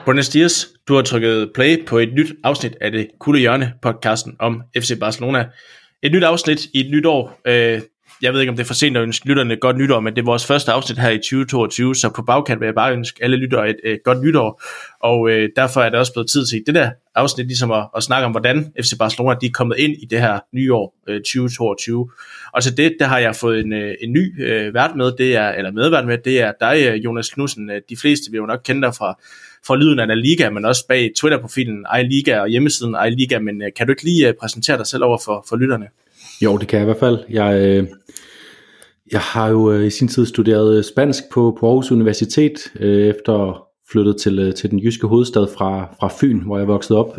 Buenos dias. Du har trykket play på et nyt afsnit af Det Kulde Hjørne podcasten om FC Barcelona. Et nyt afsnit i et nyt år. Jeg ved ikke, om det er for sent at ønske lytterne godt nytår, men det er vores første afsnit her i 2022, så på bagkant vil jeg bare ønske alle lyttere et godt nytår. Og derfor er det også blevet tid til det der afsnit, ligesom at snakke om, hvordan FC Barcelona de er kommet ind i det her nye år 2022. Og til det, der har jeg fået en ny vært med, medvært med, det er dig, Jonas Knudsen. De fleste vil jo nok kende dig fra lyden af La Liga, men også bag Twitter-profilen iLiga og hjemmesiden iLiga, men kan du ikke lige præsentere dig selv over for lytterne? Jo, det kan jeg i hvert fald. Jeg har jo i sin tid studeret spansk på Aarhus Universitet, efter flyttet til den jyske hovedstad fra Fyn, hvor jeg voksede op.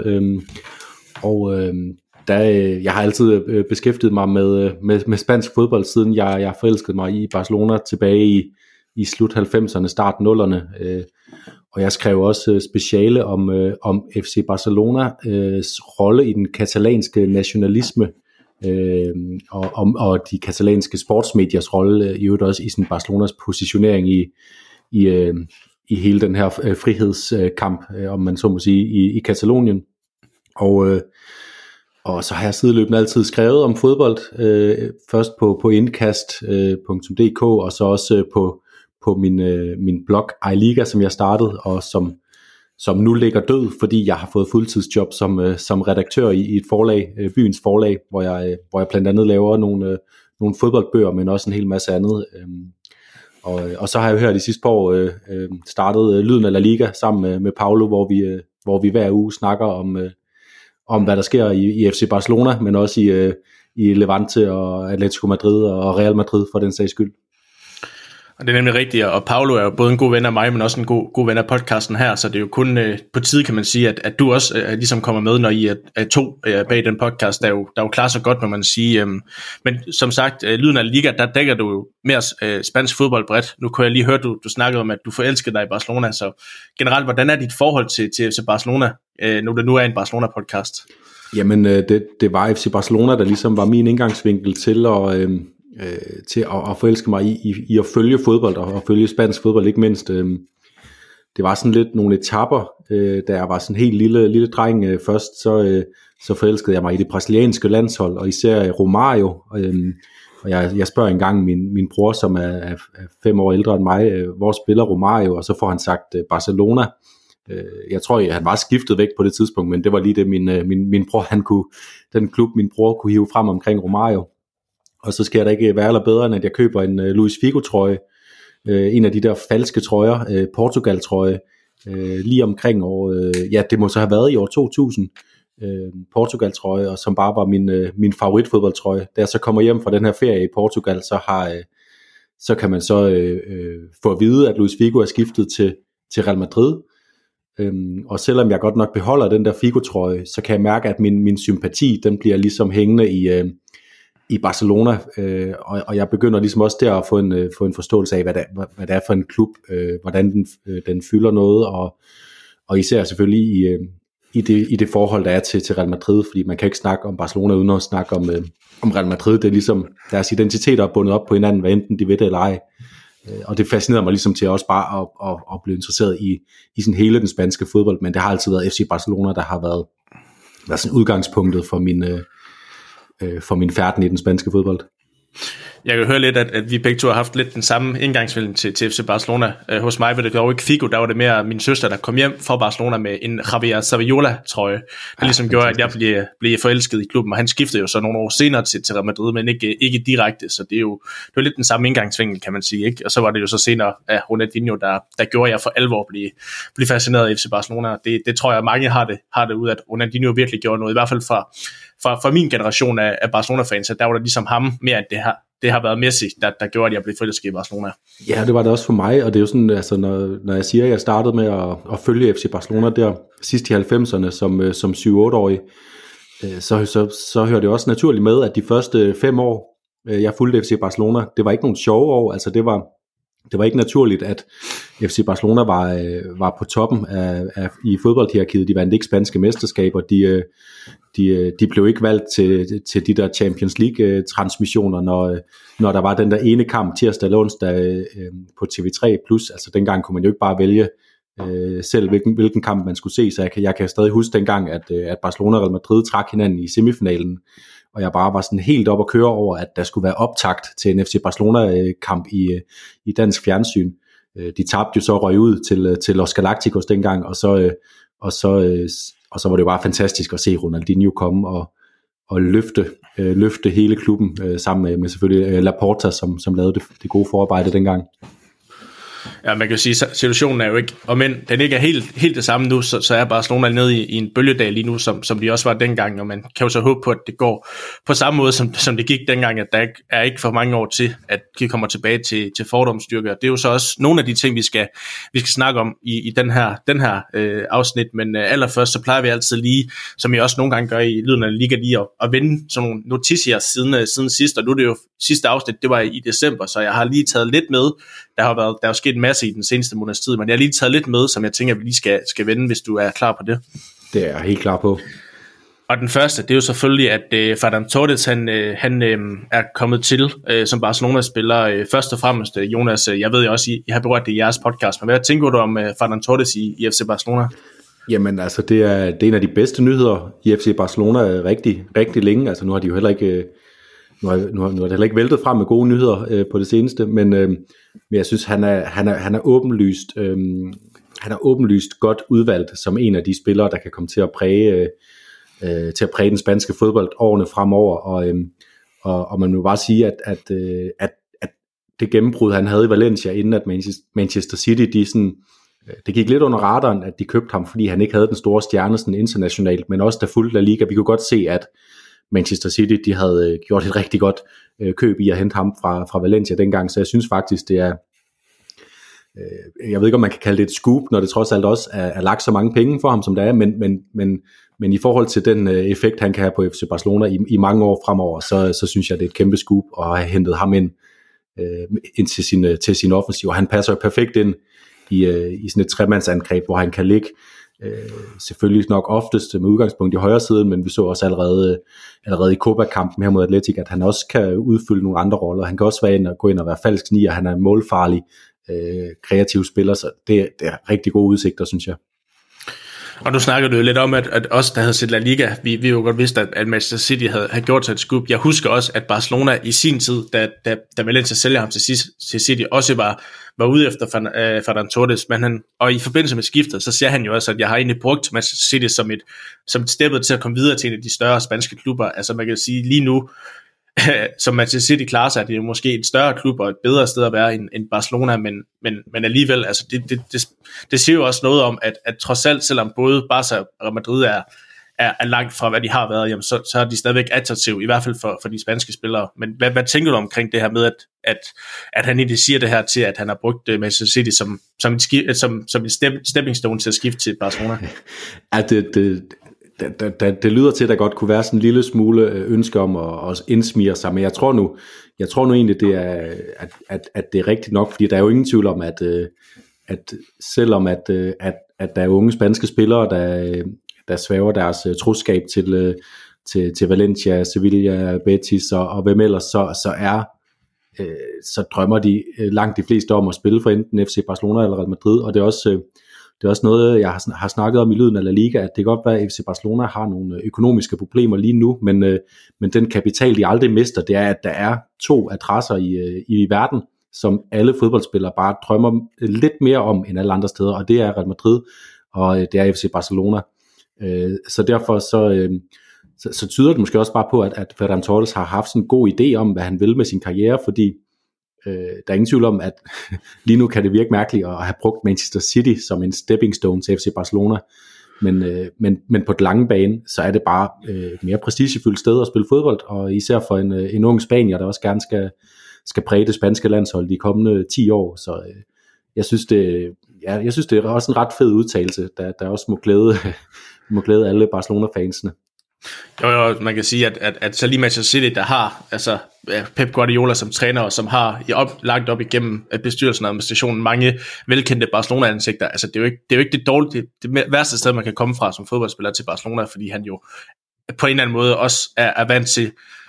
Jeg har altid beskæftiget mig med spansk fodbold, siden jeg forelskede mig i Barcelona tilbage i slut 90'erne, start 0'erne. Og jeg skrev også speciale om FC Barcelonas rolle i den katalanske nationalisme, og de katalanske sportsmediers rolle i øvrigt også i sådan Barcelonas positionering i hele den her frihedskamp, om man så må sige, i Katalonien. Og så har jeg sideløbende altid skrevet om fodbold, først på indkast.dk, og så også på min blog iLiga, som jeg startede, og som nu ligger død, fordi jeg har fået fuldtidsjob som redaktør i et forlag, byens forlag, hvor jeg blandt andet laver nogle fodboldbøger, men også en hel masse andet. Og så har jeg jo her de sidste par år startet Lyden af La Liga sammen med Paulo, hvor vi hver uge snakker om hvad der sker i FC Barcelona, men også i Levante og Atletico Madrid og Real Madrid for den sags skyld. Og det er nemlig rigtigt, og Paulo er jo både en god ven af mig, men også en god ven af podcasten her, så det er jo kun på tide, kan man sige, at du også ligesom kommer med, når I er to bag den podcast, der jo klarer så godt, må man sige. Men som sagt, Lyden af Liga, der dækker du jo mere spansk fodbold bredt. Nu kunne jeg lige høre, du snakkede om, at du forelskede dig i Barcelona, så generelt, hvordan er dit forhold til FC Barcelona, når det nu er en Barcelona-podcast? Jamen, det var FC Barcelona, der ligesom var min indgangsvinkel til at forelske mig i at følge fodbold og følge spansk fodbold ikke mindst. Det var sådan lidt nogle etapper, da jeg var sådan helt lille dreng først, så forelskede jeg mig i det brasilianske landshold, og især Romario. Og jeg spørger engang min bror, som er 5 år ældre end mig, hvor spiller Romario, og så får han sagt Barcelona. Jeg tror, han var skiftet væk på det tidspunkt, men det var lige det, min bror, den klub, min bror kunne hive frem omkring Romario. Og så skal der ikke være eller bedre, end at jeg køber en Luis Figo-trøje, en af de der falske trøjer, Portugal-trøje, lige omkring år, det må så have været i år 2000, Portugal-trøje, og som bare var min favoritfodboldtrøje. Da jeg så kommer hjem fra den her ferie i Portugal, så kan man så få at vide, at Luis Figo er skiftet til Real Madrid. Og selvom jeg godt nok beholder den der Figo-trøje, så kan jeg mærke, at min sympati, den bliver ligesom hængende i Barcelona, og jeg begynder ligesom også der at få en forståelse af, hvad det er for en klub, hvordan den fylder noget, og især selvfølgelig i det forhold, der er til Real Madrid, fordi man kan ikke snakke om Barcelona uden at snakke om Real Madrid. Det er ligesom, deres identiteter er bundet op på hinanden, hvad enten de ved det eller ej. Og det fascinerer mig ligesom til også bare at blive interesseret i sådan hele den spanske fodbold, men det har altid været FC Barcelona, der har været sådan udgangspunktet for min færden i den spanske fodbold. Jeg kan høre lidt, at vi begge to har haft lidt den samme indgangsvinkel til FC Barcelona. Hos mig var det jo ikke Figo, der var det mere min søster, der kom hjem fra Barcelona med en Javier Saviola-trøje, der ligesom gjorde, at jeg blev forelsket i klubben, og han skiftede jo så nogle år senere til Real Madrid, men ikke direkte, så det er jo lidt den samme indgangsvinkel, kan man sige, ikke? Og så var det jo så senere af Ronaldinho, der gjorde jeg for alvor blive fascineret af FC Barcelona. Det tror jeg, mange har det ud, at Ronaldinho virkelig gjorde noget, i hvert fald fra min generation af Barcelona-fans, der var det ligesom ham mere, end det har været Messi, der gjorde, at jeg blev forelsket i Barcelona. Ja, det var det også for mig, og det er jo sådan, altså når jeg siger, at jeg startede med at følge FC Barcelona der sidst i 90'erne som 7-8-årig, så hører det også naturligt med, at de første 5 år, jeg fulgte FC Barcelona, det var ikke nogen sjove år, altså det var ikke naturligt, at FC Barcelona var på toppen i fodboldhierarkiet. De vandt ikke spanske mesterskaber. De blev ikke valgt til de der Champions League transmissioner, når der var den der ene kamp tirsdag eller onsdag på TV3+. Altså dengang kunne man jo ikke bare vælge selv hvilken kamp man skulle se, så jeg kan stadig huske dengang, at Barcelona og Real Madrid trak hinanden i semifinalen, og jeg bare var sådan helt op at køre over, at der skulle være optakt til en FC Barcelona-kamp i dansk fjernsyn. De tabte jo så røg ud til Los Galacticos dengang, og så var det jo bare fantastisk at se Ronaldinho komme og løfte hele klubben sammen med selvfølgelig Laporta, som lavede det gode forarbejde dengang. Ja, man kan jo sige, at situationen er jo ikke, og men den ikke er helt det samme nu, så er Barcelona nede i en bølgedal lige nu, som de også var dengang, og man kan jo så håbe på, at det går på samme måde, som det gik dengang, at der er ikke for mange år til, at de kommer tilbage til fordomsstyrke, og det er jo så også nogle af de ting, vi skal snakke om i den her afsnit, men allerførst, så plejer vi altid lige, som jeg også nogle gange gør i Lyden af Liga, lige at vende sådan nogle noticier siden sidst, og nu er det jo sidste afsnit, det var i december, så jeg har lige taget lidt med. Der er jo sket en masse i den seneste måneds tid, men jeg har lige taget lidt med, som jeg tænker, at vi lige skal vende, hvis du er klar på det. Det er jeg helt klar på. Og den første, det er jo selvfølgelig, at Ferran Torres, han er kommet til som Barcelona-spiller. Først og fremmest, Jonas, jeg ved jo også, I har berørt det i jeres podcast, men hvad tænker du om Ferran Torres i FC Barcelona? Jamen altså, det er en af de bedste nyheder i FC Barcelona rigtig, rigtig længe. Altså nu har de jo heller ikke... Nu er det heller ikke væltet frem med gode nyheder på det seneste, men jeg synes, han er åbenlyst godt udvalgt som en af de spillere, der kan komme til at præge den spanske fodbold årene fremover, og man må bare sige, at det gennembrud, han havde i Valencia, inden at Manchester City, det gik lidt under radaren, at de købte ham, fordi han ikke havde den store stjerne sådan internationalt, men også der fulgte La Liga. Vi kunne godt se, at Manchester City, de havde gjort et rigtig godt køb i at hente ham fra Valencia dengang, så jeg synes faktisk, det er, jeg ved ikke, om man kan kalde det et scoop, når det trods alt også er lagt så mange penge for ham, som det er, men i forhold til den effekt, han kan have på FC Barcelona i mange år fremover, så synes jeg, det er et kæmpe scoop at have hentet ham ind til sin offensiv, og han passer jo perfekt ind i sådan et tremandsangreb, hvor han kan ligge selvfølgelig nok oftest med udgangspunkt i højre siden, men vi så også allerede i Copa-kampen her mod Atletic, at han også kan udfylde nogle andre roller. Han kan også gå ind og være falsk nier, han er en målfarlig kreativ spiller, så det er rigtig gode udsigter, synes jeg. Og nu snakker du jo lidt om, at os, der havde set La Liga, vi jo godt vidste, at Manchester City havde gjort sig et skub. Jeg husker også, at Barcelona i sin tid, da Valencia sælger ham til City, også var ude efter Ferran Torres, men og i forbindelse med skiftet, så siger han jo også, at jeg har egentlig brugt Manchester City som et steppet til at komme videre til en af de større spanske klubber. Altså man kan sige lige nu, som Manchester City klarer sig, det er jo måske et større klub og et bedre sted at være end Barcelona, men alligevel, altså det siger jo også noget om, at trods alt, selvom både Barca og Madrid er langt fra, hvad de har været, jamen så er de stadigvæk attraktive, i hvert fald for de spanske spillere. Men hvad tænker du omkring det her med, at han egentlig siger det her til, at han har brugt Manchester City som en stepping stone til at skifte til Barcelona? Ja, det lyder til, at der godt kunne være sådan en lille smule ønske om at indsmire sig, men jeg tror nu egentlig, det er, at det er rigtigt nok, fordi der er jo ingen tvivl om, at selvom at der er unge spanske spillere, der svæver deres troskab til Valencia, Sevilla, Betis og hvem ellers, så drømmer de langt de fleste om at spille for enten FC Barcelona eller Real Madrid, og det er også noget, jeg har snakket om i Lyden af La Liga, at det kan godt være, at FC Barcelona har nogle økonomiske problemer lige nu, men den kapital, de aldrig mister, det er, at der er 2 adresser i verden, som alle fodboldspillere bare drømmer lidt mere om end alle andre steder, og det er Real Madrid, og det er FC Barcelona. Så derfor så tyder det måske også bare på, at Ferran Torres har haft sådan en god idé om, hvad han vil med sin karriere, fordi der er ingen tvivl om, at lige nu kan det virke mærkeligt at have brugt Manchester City som en stepping stone til FC Barcelona, men på den lange bane, så er det bare et mere prestigefyldt sted at spille fodbold, og især for en ung spanier, der også gerne skal præge det spanske landshold de kommende 10 år, så jeg synes det er også en ret fed udtalelse, der også må glæde alle Barcelona-fansene. Jo, man kan sige, at så lige Manchester City, der har altså Pep Guardiola som træner, og som har lagt op igennem bestyrelsen og administrationen mange velkendte Barcelona-ansigter, altså det er jo ikke det dårlige, det værste sted, man kan komme fra som fodboldspiller til Barcelona, fordi han jo på en eller anden måde også er vant til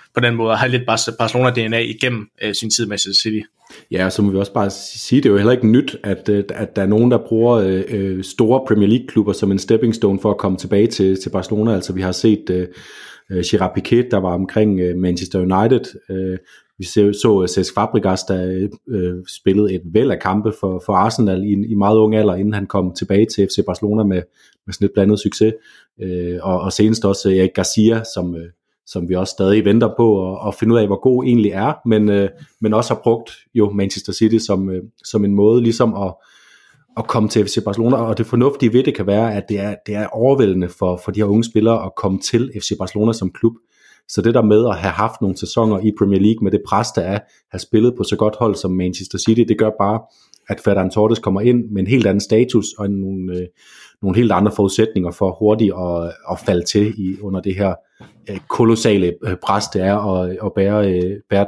på den måde, og har lidt Barcelona-DNA igennem sin tid med City. Ja, så må vi også bare sige, det er jo heller ikke nyt, at der er nogen, der bruger store Premier League-klubber som en stepping stone for at komme tilbage til Barcelona. Altså vi har set Gerard Piqué, der var omkring Manchester United. Vi så Cesc Fabregas, der spillede et væld af kampe for Arsenal i meget ung alder, inden han kom tilbage til FC Barcelona med sådan et blandet succes. Og senest også Eric Garcia, som vi også stadig venter på at finde ud af, hvor god egentlig er, men også har brugt jo Manchester City som en måde ligesom at komme til FC Barcelona, og det fornuftige ved det kan være, at det er overvældende for de her unge spillere at komme til FC Barcelona som klub. Så det der med at have haft nogle sæsoner i Premier League med det pres, der er, have spillet på så godt hold som Manchester City, det gør bare, at Ferran Torres kommer ind med en helt anden status og nogle helt andre forudsætninger for hurtigt at falde til under det her kolossale pres, det er at bære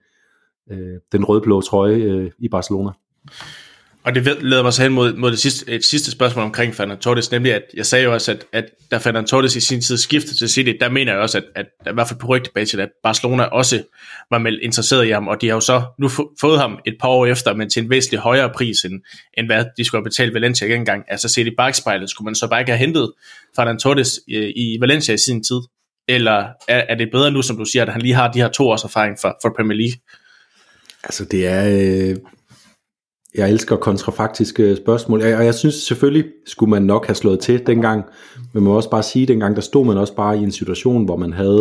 den rødblå trøje i Barcelona. Og det leder mig så hen mod et sidste spørgsmål omkring Ferran Torres, nemlig at jeg sagde jo også, at da Ferran Torres i sin tid skiftede til City, der mener jeg også, at i hvert fald på rygte bag til, at Barcelona også var meldt interesseret i ham, og de har jo så nu fået ham et par år efter, men til en væsentlig højere pris, end hvad de skulle have betalt Valencia engang. Altså set i bagspejlet, skulle man så bare ikke have hentet Ferran Torres i Valencia i sin tid, eller er det bedre nu, som du siger, at han lige har de her 2 års erfaring for Premier League? Altså det er... Jeg elsker kontrafaktiske spørgsmål, og jeg synes selvfølgelig, skulle man nok have slået til dengang, men man må også bare sige, at dengang der stod man også bare i en situation, hvor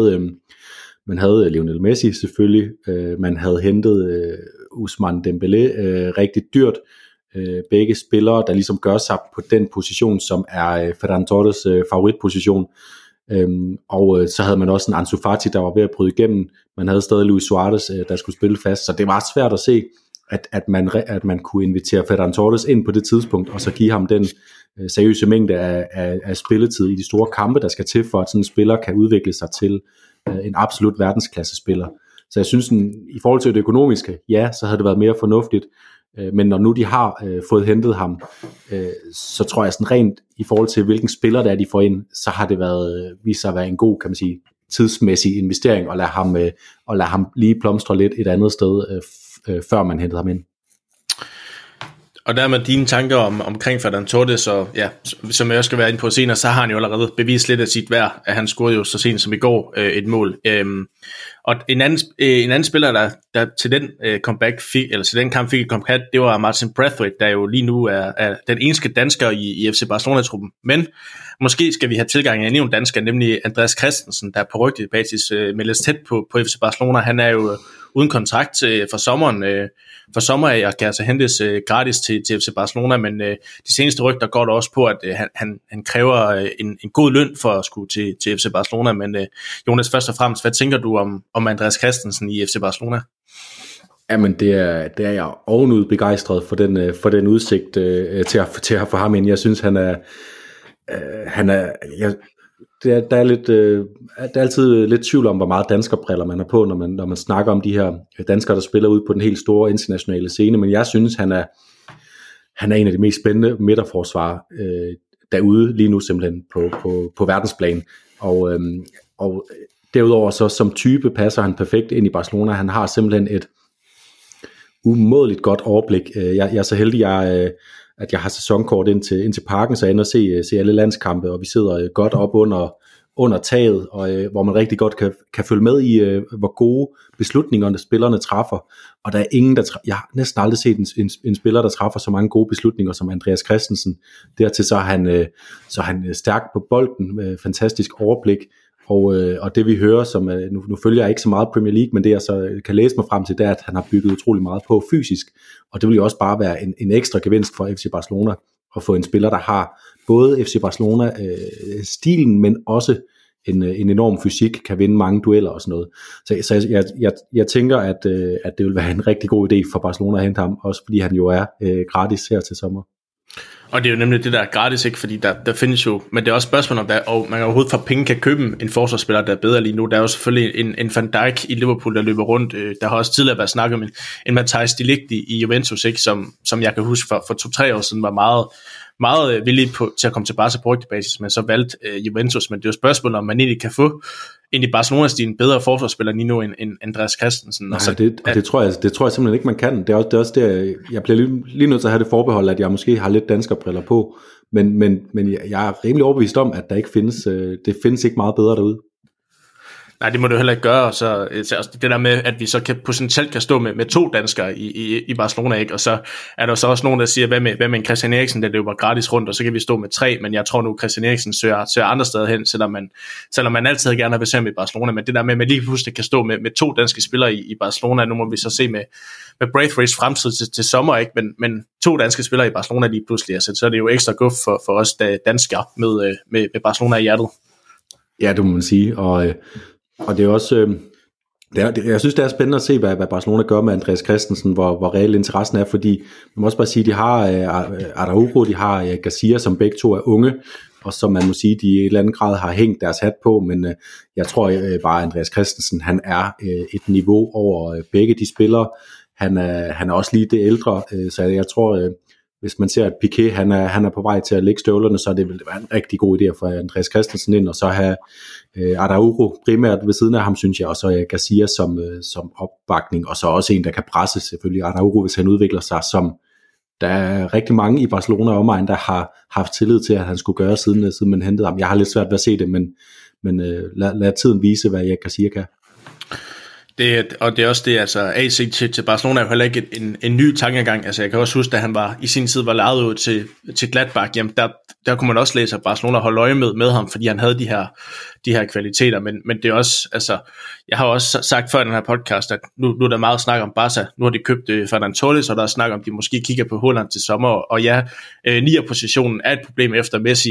man havde Lionel Messi selvfølgelig, man havde hentet Ousmane Dembélé rigtig dyrt, begge spillere, der ligesom gør sig på den position, som er Ferran Torres favoritposition, og så havde man også en Ansu Fati, der var ved at bryde igennem, man havde stadig Luis Suarez, der skulle spille fast, så det var svært at se, at man kunne invitere Ferran Torres ind på det tidspunkt, og så give ham den seriøse mængde af spilletid i de store kampe, der skal til, for at sådan en spiller kan udvikle sig til en absolut verdensklassespiller. Så jeg synes, i forhold til det økonomiske, ja, så havde det været mere fornuftigt, men når nu de har fået hentet ham, så tror jeg sådan rent i forhold til, hvilken spiller der er, de får ind, så har det vist sig at være en god, kan man sige, tidsmæssig investering, og lade ham lige blomstre lidt et andet sted, før man hentede ham ind. Og dermed dine tanker omkring Ferran Torres, og ja, som jeg også skal være inde på senere, så har han jo allerede bevist lidt af sit værd, at han scorede jo så sent som i går et mål. Og en anden spiller, der til den comeback til den kamp fik et comeback, det var Martin Braithwaite, der jo lige nu er den eneste dansker i FC Barcelona-truppen. Men måske skal vi have tilgang af en endnu dansker, nemlig Andreas Christensen, der på rygtebasis meldes tæt på FC Barcelona. Han er jo uden kontrakt for sommer af, og kan altså hentes gratis til FC Barcelona, men de seneste rygter går der også på, at han kræver en god løn for at skulle til FC Barcelona, men Jonas, først og fremmest, hvad tænker du om Andreas Christensen i FC Barcelona? Jamen, det er jeg ovenud begejstret for den udsigt til at få ham ind. Jeg synes, der er altid lidt tvivl om, hvor meget danskerbriller man er på, når man snakker om de her danskere, der spiller ud på den helt store internationale scene, men jeg synes, han er en af de mest spændende midterforsvarer derude lige nu simpelthen på verdensplan, og derudover så som type passer han perfekt ind i Barcelona. Han har simpelthen et umådeligt godt overblik. Jeg er så heldig, at jeg har sæsonkort ind til parken, så jeg ender at se alle landskampe, og vi sidder godt op under taget, og hvor man rigtig godt kan følge med i, hvor gode beslutninger spillerne træffer. Og der er ingen, jeg har næsten aldrig set en spiller, der træffer så mange gode beslutninger som Andreas Christensen. Dertil så er han stærk på bolden, fantastisk overblik, og det vi hører, som nu følger jeg ikke så meget Premier League, men det jeg så kan læse mig frem til, det er, at han har bygget utrolig meget på fysisk, og det vil jo også bare være en ekstra gevinst for FC Barcelona, at få en spiller, der har både FC Barcelona stilen, men også en enorm fysik, kan vinde mange dueller og sådan noget. Så jeg tænker, at det vil være en rigtig god idé for Barcelona at hente ham, også fordi han jo er gratis her til sommer. Og det er jo nemlig det, der er gratis, ikke? Fordi der findes jo, men det er også spørgsmål om, og man overhovedet for penge kan købe en forsvarsspiller, der er bedre lige nu. Der er jo selvfølgelig en Van Dijk i Liverpool, der løber rundt. Der har også tidligere været snakket om en Matthijs de Ligt i Juventus, ikke? Som jeg kan huske for 2-3 år siden var meget villige til at komme til Barca på rygtebasis, men så valgte Juventus. Men det er jo spørgsmålet, om man egentlig kan få i Barcelona-stilen bedre forsvarsspiller lige nu end Andreas Christensen. Nej, det tror jeg simpelthen ikke, man kan. Det er også der, jeg bliver lige nødt til at have det forbehold, at jeg måske har lidt danskerbriller på, men jeg er rimelig overbevist om, at der ikke findes, det findes ikke meget bedre derude. Nej, det må du heller ikke gøre, så det der med, at vi så potentielt kan stå med 2 danskere i Barcelona, ikke? Og så er der så også nogen, der siger, hvad med en Christian Eriksen, der løber gratis rundt, og så kan vi stå med 3, men jeg tror nu, Christian Eriksen søger andre steder hen, selvom man altid gerne vil se med i Barcelona, men det der med, at man lige pludselig kan stå med 2 danske spillere i Barcelona, nu må vi så se med Braithwaite's fremtid til sommer, ikke? Men 2 danske spillere i Barcelona lige pludselig, altså, så er det jo ekstra guf for os danskere med Barcelona i hjertet. Ja, det må man sige, og det er også, jeg synes det er spændende at se, hvad Barcelona gør med Andreas Christensen, hvor reel interessen er, fordi man må også bare sige, de har Araujo, de har Garcia, som begge to er unge, og som man må sige, de i et eller andet grad har hængt deres hat på, men jeg tror bare, Andreas Christensen, han er et niveau over begge de spillere. Han er også lige det ældre, så jeg tror, hvis man ser, at Piqué han er på vej til at lægge støvlerne, så det vil være en rigtig god idé at få Andreas Christensen ind, og så have Araujo primært ved siden af ham, synes jeg, og så Garcia som opbakning, og så også en, der kan presse selvfølgelig Araujo, hvis han udvikler sig, som der er rigtig mange i Barcelona og omegn, der har haft tillid til, at han skulle gøre, siden man hentede ham. Jeg har lidt svært ved at se det, men lad tiden vise, hvad Garcia kan. Og det er også det, altså AC til Barcelona er jo heller ikke en ny tankegang. Altså jeg kan også huske, da han var i sin tid var lejet ud til Gladbach, jamen der kunne man også læse, at Barcelona holdt øje med ham, fordi han havde de her kvaliteter, men det er også, altså jeg har også sagt før i den her podcast, at nu er der meget snak om Barca, nu har de købt Ferran Torres, og der er snak om, de måske kigger på Haaland til sommer, og ja, 9'er-positionen er et problem efter Messi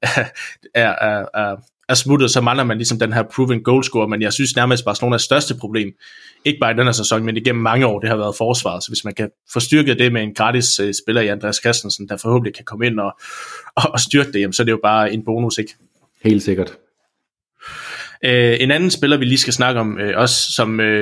er smuttet, så mangler man ligesom den her proven goalscorer, men jeg synes nærmest Barcelonas største problem, ikke bare i denne sæson, men igennem mange år, det har været forsvaret, så hvis man kan få styrket det med en gratis spiller i Andreas Christensen, der forhåbentlig kan komme ind og styrke det, jamen, så er det jo bare en bonus, ikke? Helt sikkert. En anden spiller, vi lige skal snakke om, også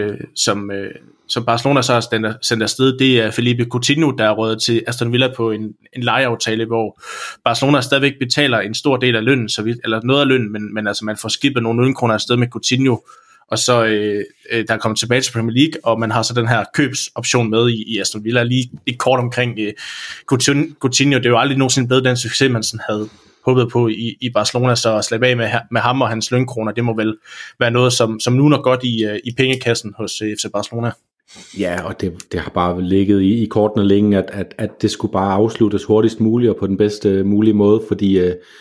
som Barcelona så har sendt afsted, det er Felipe Coutinho, der er røget til Aston Villa på en lejeaftale, hvor Barcelona stadigvæk betaler en stor del af lønnen, eller noget af lønnen, men altså man får skibet nogle lønkroner afsted med Coutinho, og så der er kommet tilbage til Premier League, og man har så den her købsoption med i Aston Villa, lige kort omkring Coutinho. Det er jo aldrig nogensinde blevet den succes, man sådan havde håbet på i Barcelona, så at slippe af med ham og hans lønkroner, det må vel være noget, som nu er godt i pengekassen hos FC Barcelona. Ja, og det har bare ligget i kortene længe, at det skulle bare afsluttes hurtigst muligt og på den bedste mulige måde, fordi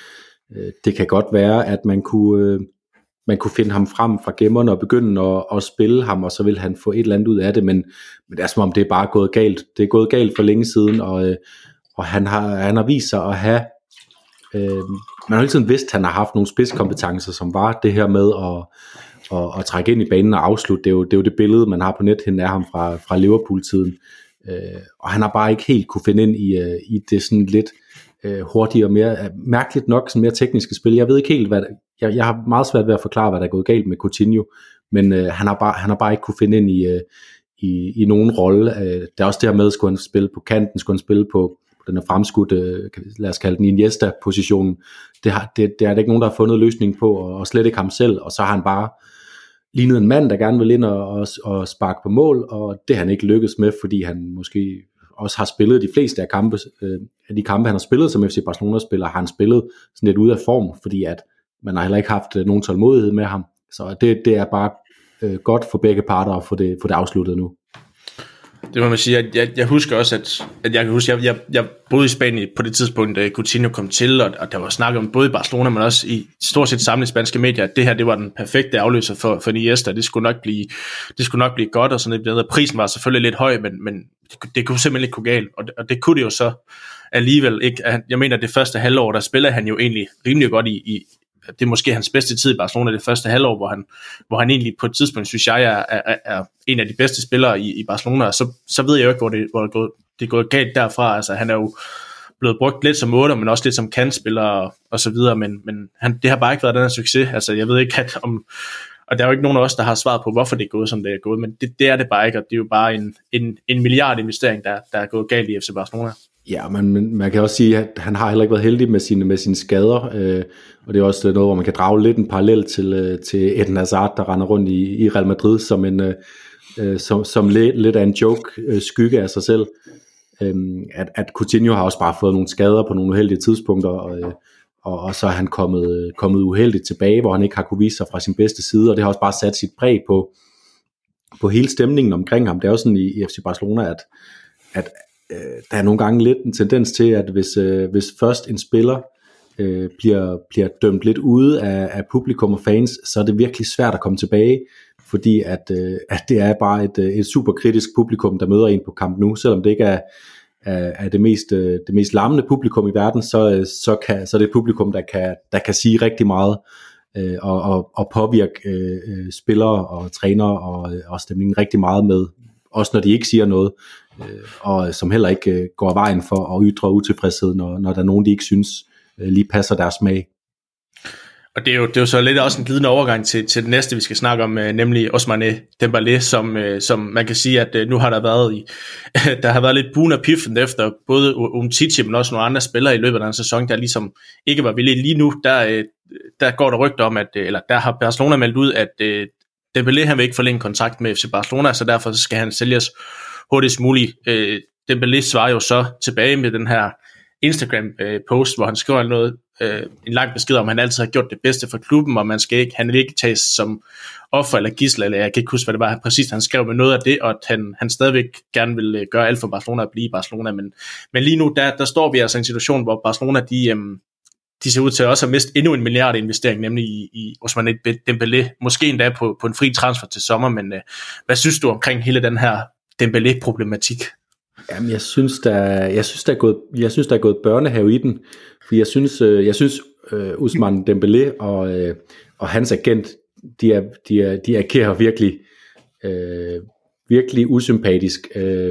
det kan godt være, at man kunne finde ham frem fra gemmerne og begynde at spille ham, og så vil han få et eller andet ud af det, men det er som om det er bare gået galt. Det er gået galt for længe siden, og han har vist sig at have man har hele tiden vidst, at han har haft nogle spidskompetencer, som var det her med at trække ind i banen og afslutte. Det er jo det billede, man har på nethinden af ham fra Liverpool-tiden. Og han har bare ikke helt kunne finde ind i det sådan lidt hurtigere, mere mærkeligt nok, sådan mere tekniske spil. Jeg ved ikke helt, jeg har meget svært ved at forklare, hvad der er gået galt med Coutinho, men han har bare ikke kunne finde ind i nogen rolle. Det er også det her med, skulle han spille på kanten, skulle han spille på den er fremskudt, lad os kalde den Iniesta-positionen. Det er der ikke nogen, der har fundet løsning på, og slet ikke ham selv, og så har han bare lignet en mand, der gerne vil ind og sparke på mål, og det har han ikke lykkes med, fordi han måske også har spillet de fleste af de kampe, han har spillet som FC Barcelona-spiller, har han spillet sådan lidt ude af form, fordi at man har heller ikke haft nogen tålmodighed med ham. Så det er bare godt for begge parter at få det afsluttet nu. Det må man sige. Jeg husker også, at jeg kan huske, at jeg boede i Spanien på det tidspunkt, da Coutinho kom til, og der var snak om både i Barcelona, men også i stort set samlede spanske medier, at det her, det var den perfekte afløser for Iniesta. Det skulle nok blive godt, og sådan noget. Prisen var selvfølgelig lidt høj, men det kunne simpelthen ikke gå galt, og det kunne det jo så alligevel ikke. Jeg mener, det første halvår, der spiller han jo egentlig rimelig godt i det er måske hans bedste tid i Barcelona, det første halvår, hvor han egentlig på et tidspunkt, synes jeg, er en af de bedste spillere i Barcelona, og så ved jeg jo ikke, hvor det er gået galt derfra. Altså, han er jo blevet brugt lidt som 8, men også lidt som kantspiller og så videre, men det har bare ikke været den her succes. Altså, jeg ved ikke, og der er jo ikke nogen af os, der har svaret på, hvorfor det er gået, som det er gået, men det er det bare ikke, og det er jo bare en milliardinvestering, der er gået galt i FC Barcelona. Ja, men man kan også sige, at han har heller ikke været heldig med sine skader, og det er også noget, hvor man kan drage lidt en parallel til Eden Hazard, der render rundt i Real Madrid som lidt af en joke, skygge af sig selv. At Coutinho har også bare fået nogle skader på nogle uheldige tidspunkter, og så er han kommet uheldigt tilbage, hvor han ikke har kunne vise sig fra sin bedste side, og det har også bare sat sit præg på hele stemningen omkring ham. Det er jo sådan i FC Barcelona, at der er nogle gange lidt en tendens til, at hvis først en spiller bliver dømt lidt ude af publikum og fans, så er det virkelig svært at komme tilbage, fordi at det er bare et super kritisk publikum, der møder en på Camp Nou, selvom det ikke er det mest larmende publikum i verden, så er det et publikum, der kan sige rigtig meget og påvirke spillere og trænere og stemningen rigtig meget med, også når de ikke siger noget, og som heller ikke går vejen for at ytre utilfredshed, når der er nogen, de ikke synes lige passer deres smag. Og det er jo så lidt også en glidende overgang til det næste, vi skal snakke om, nemlig Ousmane Dembélé, som man kan sige, at nu har der har været lidt bugen af piffen efter både Umtiti, men også nogle andre spillere i løbet af den sæson, der ligesom ikke var villige. Lige nu, der går der rygter om, eller der har Barcelona meldt ud, at Dembélé han vil ikke forlænge kontrakt med FC Barcelona, så derfor skal han sælges hurtigst muligt. Dembélé svarer jo så tilbage med den her Instagram-post, hvor han skriver noget, en lang besked om, at han altid har gjort det bedste for klubben, og han vil ikke tages som offer eller gidsel, eller jeg kan ikke huske, hvad det var præcis, han skrev med noget af det, og at han stadigvæk gerne vil gøre alt for Barcelona og blive i Barcelona, men lige nu, der står vi altså i en situation, hvor Barcelona, de ser ud til også at miste endnu en milliardinvestering, nemlig i Ousmane Dembélé, måske endda på en fri transfer til sommer, men hvad synes du omkring hele den her Dembélé-problematik? Jamen, jeg synes der er gået børnehave i den, for jeg synes Ousmane Dembélé og hans agent, de agerer virkelig usympatisk,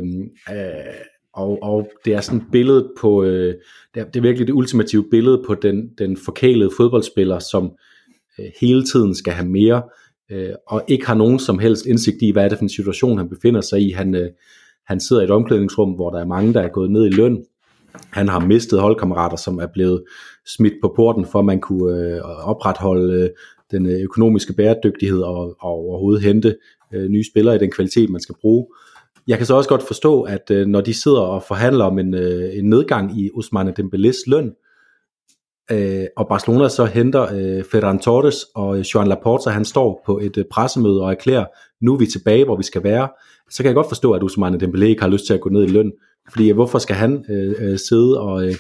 og det er sådan et billede på, det er virkelig det ultimative billede på den forkælede fodboldspiller, som hele tiden skal have mere, og ikke har nogen som helst indsigt i, hvad er det for en situation, han befinder sig i. Han sidder i et omklædningsrum, hvor der er mange, der er gået ned i løn. Han har mistet holdkammerater, som er blevet smidt på porten, for at man kunne opretholde den økonomiske bæredygtighed og overhovedet hente nye spillere i den kvalitet, man skal bruge. Jeg kan så også godt forstå, at når de sidder og forhandler om en nedgang i Ousmane Dembélés løn, og Barcelona så henter Ferran Torres og Joan Laporta, han står på et pressemøde og erklærer, nu er vi tilbage, hvor vi skal være, så kan jeg godt forstå, at Ousmane Dembélé ikke har lyst til at gå ned i løn, fordi hvorfor skal han sidde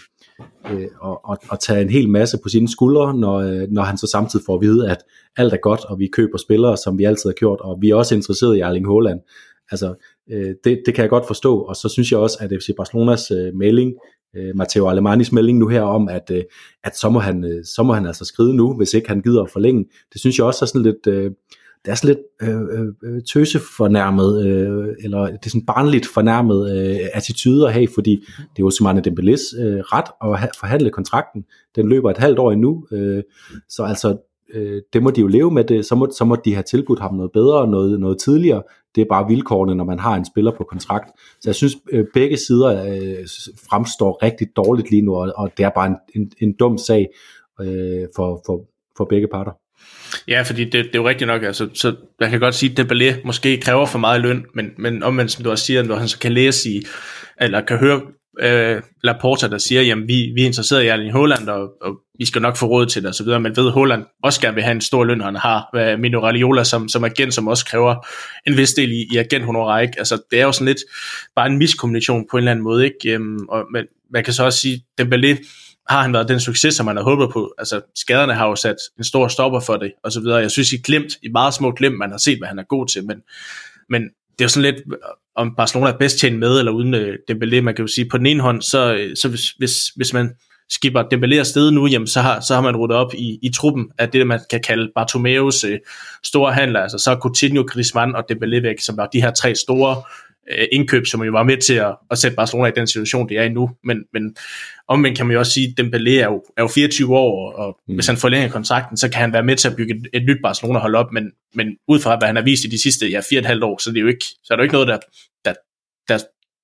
og tage en hel masse på sine skuldre, når han så samtidig får at vide, at alt er godt, og vi køber spillere, som vi altid har gjort, og vi er også interesseret i Erling Haaland. Altså, det kan jeg godt forstå, og så synes jeg også, at FC Barcelonas melding, Matteo Alemanis melding nu her om, at så må han altså skride nu, hvis ikke han gider at forlænge. Det synes jeg også er sådan lidt, det er sådan lidt tøsefornærmet, eller det er sådan barnligt fornærmet attitude at have, fordi det er jo Ousmane Dembélés ret at forhandle kontrakten. Den løber et halvt år endnu, så altså det må de jo leve med det, så må de have tilbudt ham noget bedre, noget tidligere. Det er bare vilkårene, når man har en spiller på kontrakt. Så jeg synes, begge sider fremstår rigtig dårligt lige nu, og det er bare en dum sag for begge parter. Ja, fordi det er jo rigtigt nok, altså, så jeg kan godt sige, at Dembélé måske kræver for meget løn, men omvendt, som du også siger, når han så kan læse eller kan høre Laporta, der siger, jamen vi er interesseret i Erling Haaland, og vi skal nok få råd til det, og så videre, men ved Haaland også gerne vil have en stor løn, han har Mino Raiola som agent, som også kræver en vis del i agenthonorar, ikke? Altså, det er jo sådan lidt bare en miskommunikation på en eller anden måde, ikke? Og man kan så også sige, Dembélé, har han været den succes, som man har håbet på? Altså, skaderne har jo sat en stor stopper for det, og så videre. Jeg synes, i meget små glimt, man har set, hvad han er god til, men det er jo sådan lidt, om Barcelona er bedst tjent med, eller uden Dembélé. Man kan jo sige, på den ene hånd, så hvis man skipper Dembélé afsted nu, jamen, så har man ryddet op i truppen af det, man kan kalde Bartomeus store handler, altså så er Coutinho, Griezmann og Dembélé væk, som var de her tre store indkøb, som jo var med til at sætte Barcelona i den situation, det er i nu. Men omvendt kan man jo også sige, at Dembélé er jo 24 år, og hvis han forlænger kontrakten, så kan han være med til at bygge et nyt Barcelona-hold op, men ud fra, hvad han har vist i de sidste 4,5 år, så er det jo ikke noget,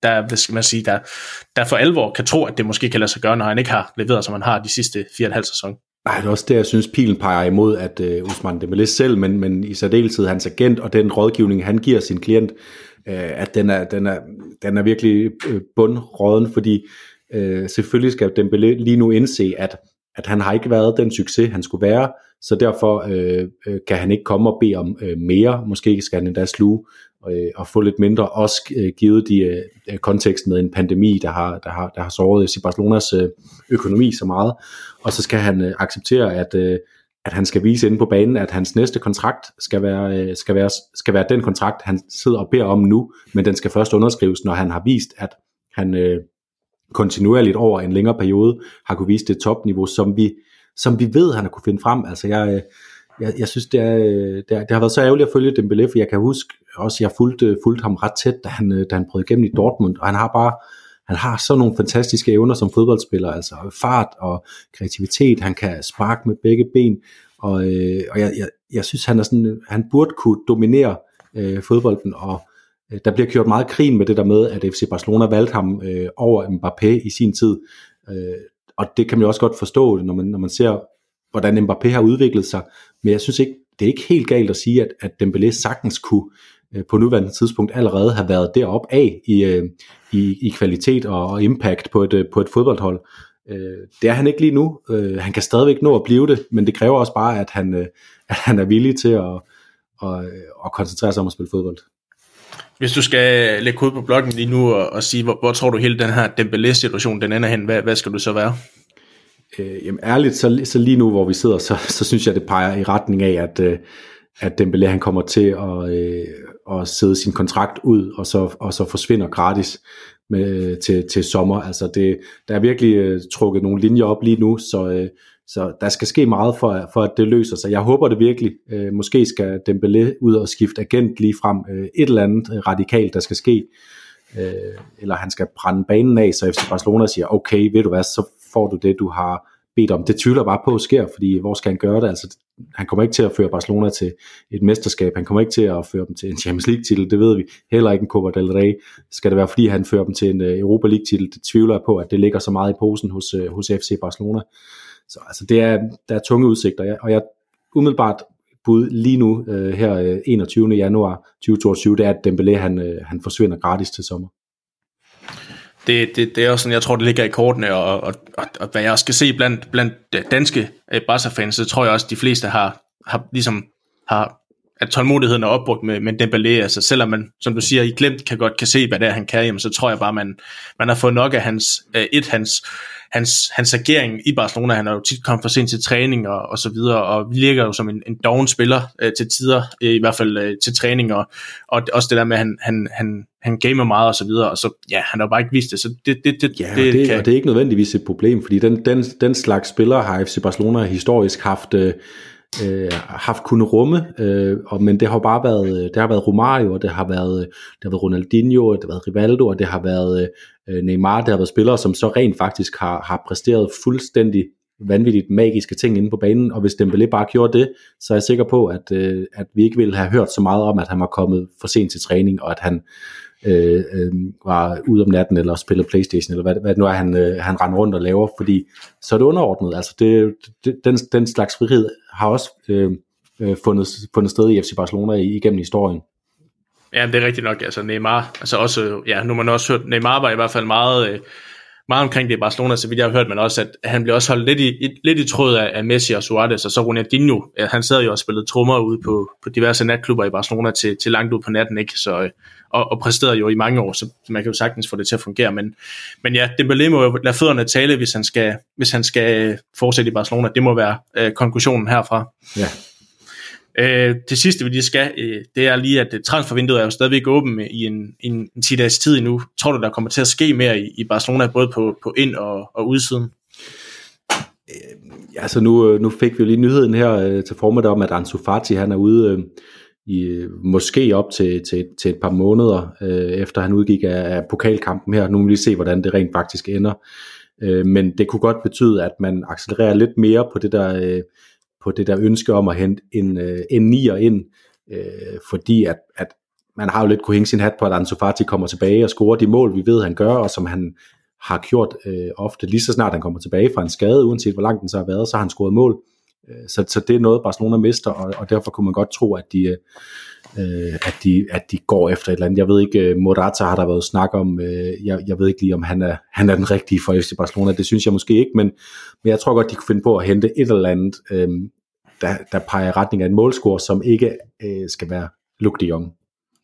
hvad skal man sige, der for alvor kan tro, at det måske kan lade sig gøre, når han ikke har leveret, som han har de sidste 4,5 sæson. Nej, det er også det, jeg synes, pilen peger imod, at Ousmane Dembélé selv, men i særdeleshed hans agent og den rådgivning, han giver sin klient, at den er virkelig bundråden, fordi selvfølgelig skal Dembélé lige nu indse, at han har ikke været den succes, han skulle være, så derfor kan han ikke komme og bede om mere. Måske skal han endda sluge og få lidt mindre, også givet de kontekst med en pandemi, der har såret i Barcelonas økonomi så meget. Og så skal han acceptere, at han skal vise inde på banen, at hans næste kontrakt skal være den kontrakt, han sidder og beder om nu, men den skal først underskrives, når han har vist, at han kontinuerligt over en længere periode har kunne vise det topniveau, som vi ved, han har kunne finde frem. Altså jeg synes, det har været så ærgerligt at følge Dembélé, for jeg kan huske også, jeg fulgte ham ret tæt, da han brød igennem i Dortmund, og han har sådan nogle fantastiske evner som fodboldspiller, altså fart og kreativitet, han kan sparke med begge ben, og jeg synes, han burde kunne dominere fodbolden, og der bliver kørt meget grin med det der med, at FC Barcelona valgte ham over Mbappé i sin tid, og det kan man jo også godt forstå, når man ser, hvordan Mbappé har udviklet sig, men jeg synes ikke, det er ikke helt galt at sige, at Dembélé sagtens kunne på nuværende tidspunkt allerede have været deroppe af i kvalitet og impact på et fodboldhold. Det er han ikke lige nu. Han kan stadigvæk nå at blive det, men det kræver også bare, at han er villig til at koncentrere sig om at spille fodbold. Hvis du skal lægge ud på bloggen lige nu og sige, hvor tror du hele den her Dembélé-situation den ender hen, hvad skal du så være? Jamen ærligt, så lige nu, hvor vi sidder, så synes jeg, det peger i retning af, at Dembélé han kommer til at sidde sin kontrakt ud, og så forsvinder gratis til sommer. Altså der er virkelig trukket nogle linjer op lige nu, så der skal ske meget for at det løser sig. Jeg håber det virkelig. Måske skal Dembélé ud og skifte agent lige frem. Et eller andet radikalt, der skal ske. Eller han skal brænde banen af, så FC Barcelona siger, okay, ved du hvad, så får du det, du har bedt om. Det tvivler bare på sker, fordi hvor skal han gøre det? Altså, han kommer ikke til at føre Barcelona til et mesterskab, han kommer ikke til at føre dem til en Champions League titel, det ved vi, heller ikke en Copa del Rey. Skal det være, fordi han fører dem til en Europa League titel? Det tvivler jeg på, at det ligger så meget i posen hos FC Barcelona. Så altså, der er tunge udsigter, og jeg umiddelbart bud lige nu, her 21. januar 2022, det er, at Dembélé han forsvinder gratis til sommer. Det er også sådan, jeg tror, det ligger i kortene, og hvad jeg også skal se blandt danske Barca-fans, så tror jeg også, de fleste har at tålmodigheden er opbrugt med Dembélé. Altså selvom man, som du siger, i glemt kan se, hvad det er, han kan, jamen, så tror jeg bare, man har fået nok af hans agering i Barcelona. Han er jo tit kommet for sent til træning og så videre, og virker jo som en doven spiller til tider, i hvert fald til træning, og også det der med, at han gamer meget og så videre, og så ja, han har bare ikke vist det, så det og det er ikke nødvendigvis et problem, fordi den slags spillere har FC Barcelona historisk haft kunnet rumme, men det har bare været Romario, og det har været Ronaldinho, og det har været Rivaldo, og det har været Neymar, det har været spillere, som så rent faktisk har præsteret fuldstændig vanvittigt magiske ting inde på banen, og hvis Dembélé bare gjorde det, så er jeg sikker på, at vi ikke ville have hørt så meget om, at han var kommet for sent til træning, og at han var ude om natten, eller spillede PlayStation, eller hvad det nu er, han render rundt og laver, fordi så er det underordnet. Altså den slags frihed har også fundet sted i FC Barcelona igennem historien. Ja, det er rigtigt nok. Altså Neymar, altså også, ja, nu har man også hørt, Neymar var i hvert fald meget omkring det i Barcelona, så vidt jeg har hørt, men også, at han blev også holdt lidt i tråd af Messi og Suarez, og så Ronaldinho, han sad jo og spillede trommer ude på diverse natklubber i Barcelona til langt ud på natten, ikke? Så, og præsterede jo i mange år, så man kan jo sagtens få det til at fungere, men ja, Dembélé må jo lade fødderne tale, hvis han skal fortsætte i Barcelona. Det må være konklusionen herfra. Ja. Det sidste vi lige skal, det er lige, at transfervinduet er jo stadigvæk åben i en 10 dages tid endnu. Tror du, der kommer til at ske mere i Barcelona, både på ind- og udsiden? Altså nu fik vi jo lige nyheden her til formiddag om, at Ansu Fati han er ude måske op til et par måneder, efter han udgik af pokalkampen her. Nu må vi lige se, hvordan det rent faktisk ender. Men det kunne godt betyde, at man accelererer lidt mere på det der ønske om at hente en nier ind, fordi at man har jo lidt kunne hænge sin hat på, at Ansu Fati kommer tilbage og scorer de mål, vi ved, han gør, og som han har gjort ofte. Lige så snart han kommer tilbage fra en skade, uanset hvor langt den så har været, så har han scoret mål. Så det er noget, Barcelona mister, og derfor kunne man godt tro, at de går efter et eller andet. Jeg ved ikke, Morata har der været snak om, jeg ved ikke lige, om han er den rigtige for FC Barcelona, det synes jeg måske ikke, men jeg tror godt, de kunne finde på at hente et eller andet, der peger i retning af en målscorer, som ikke skal være Luuk de Jong.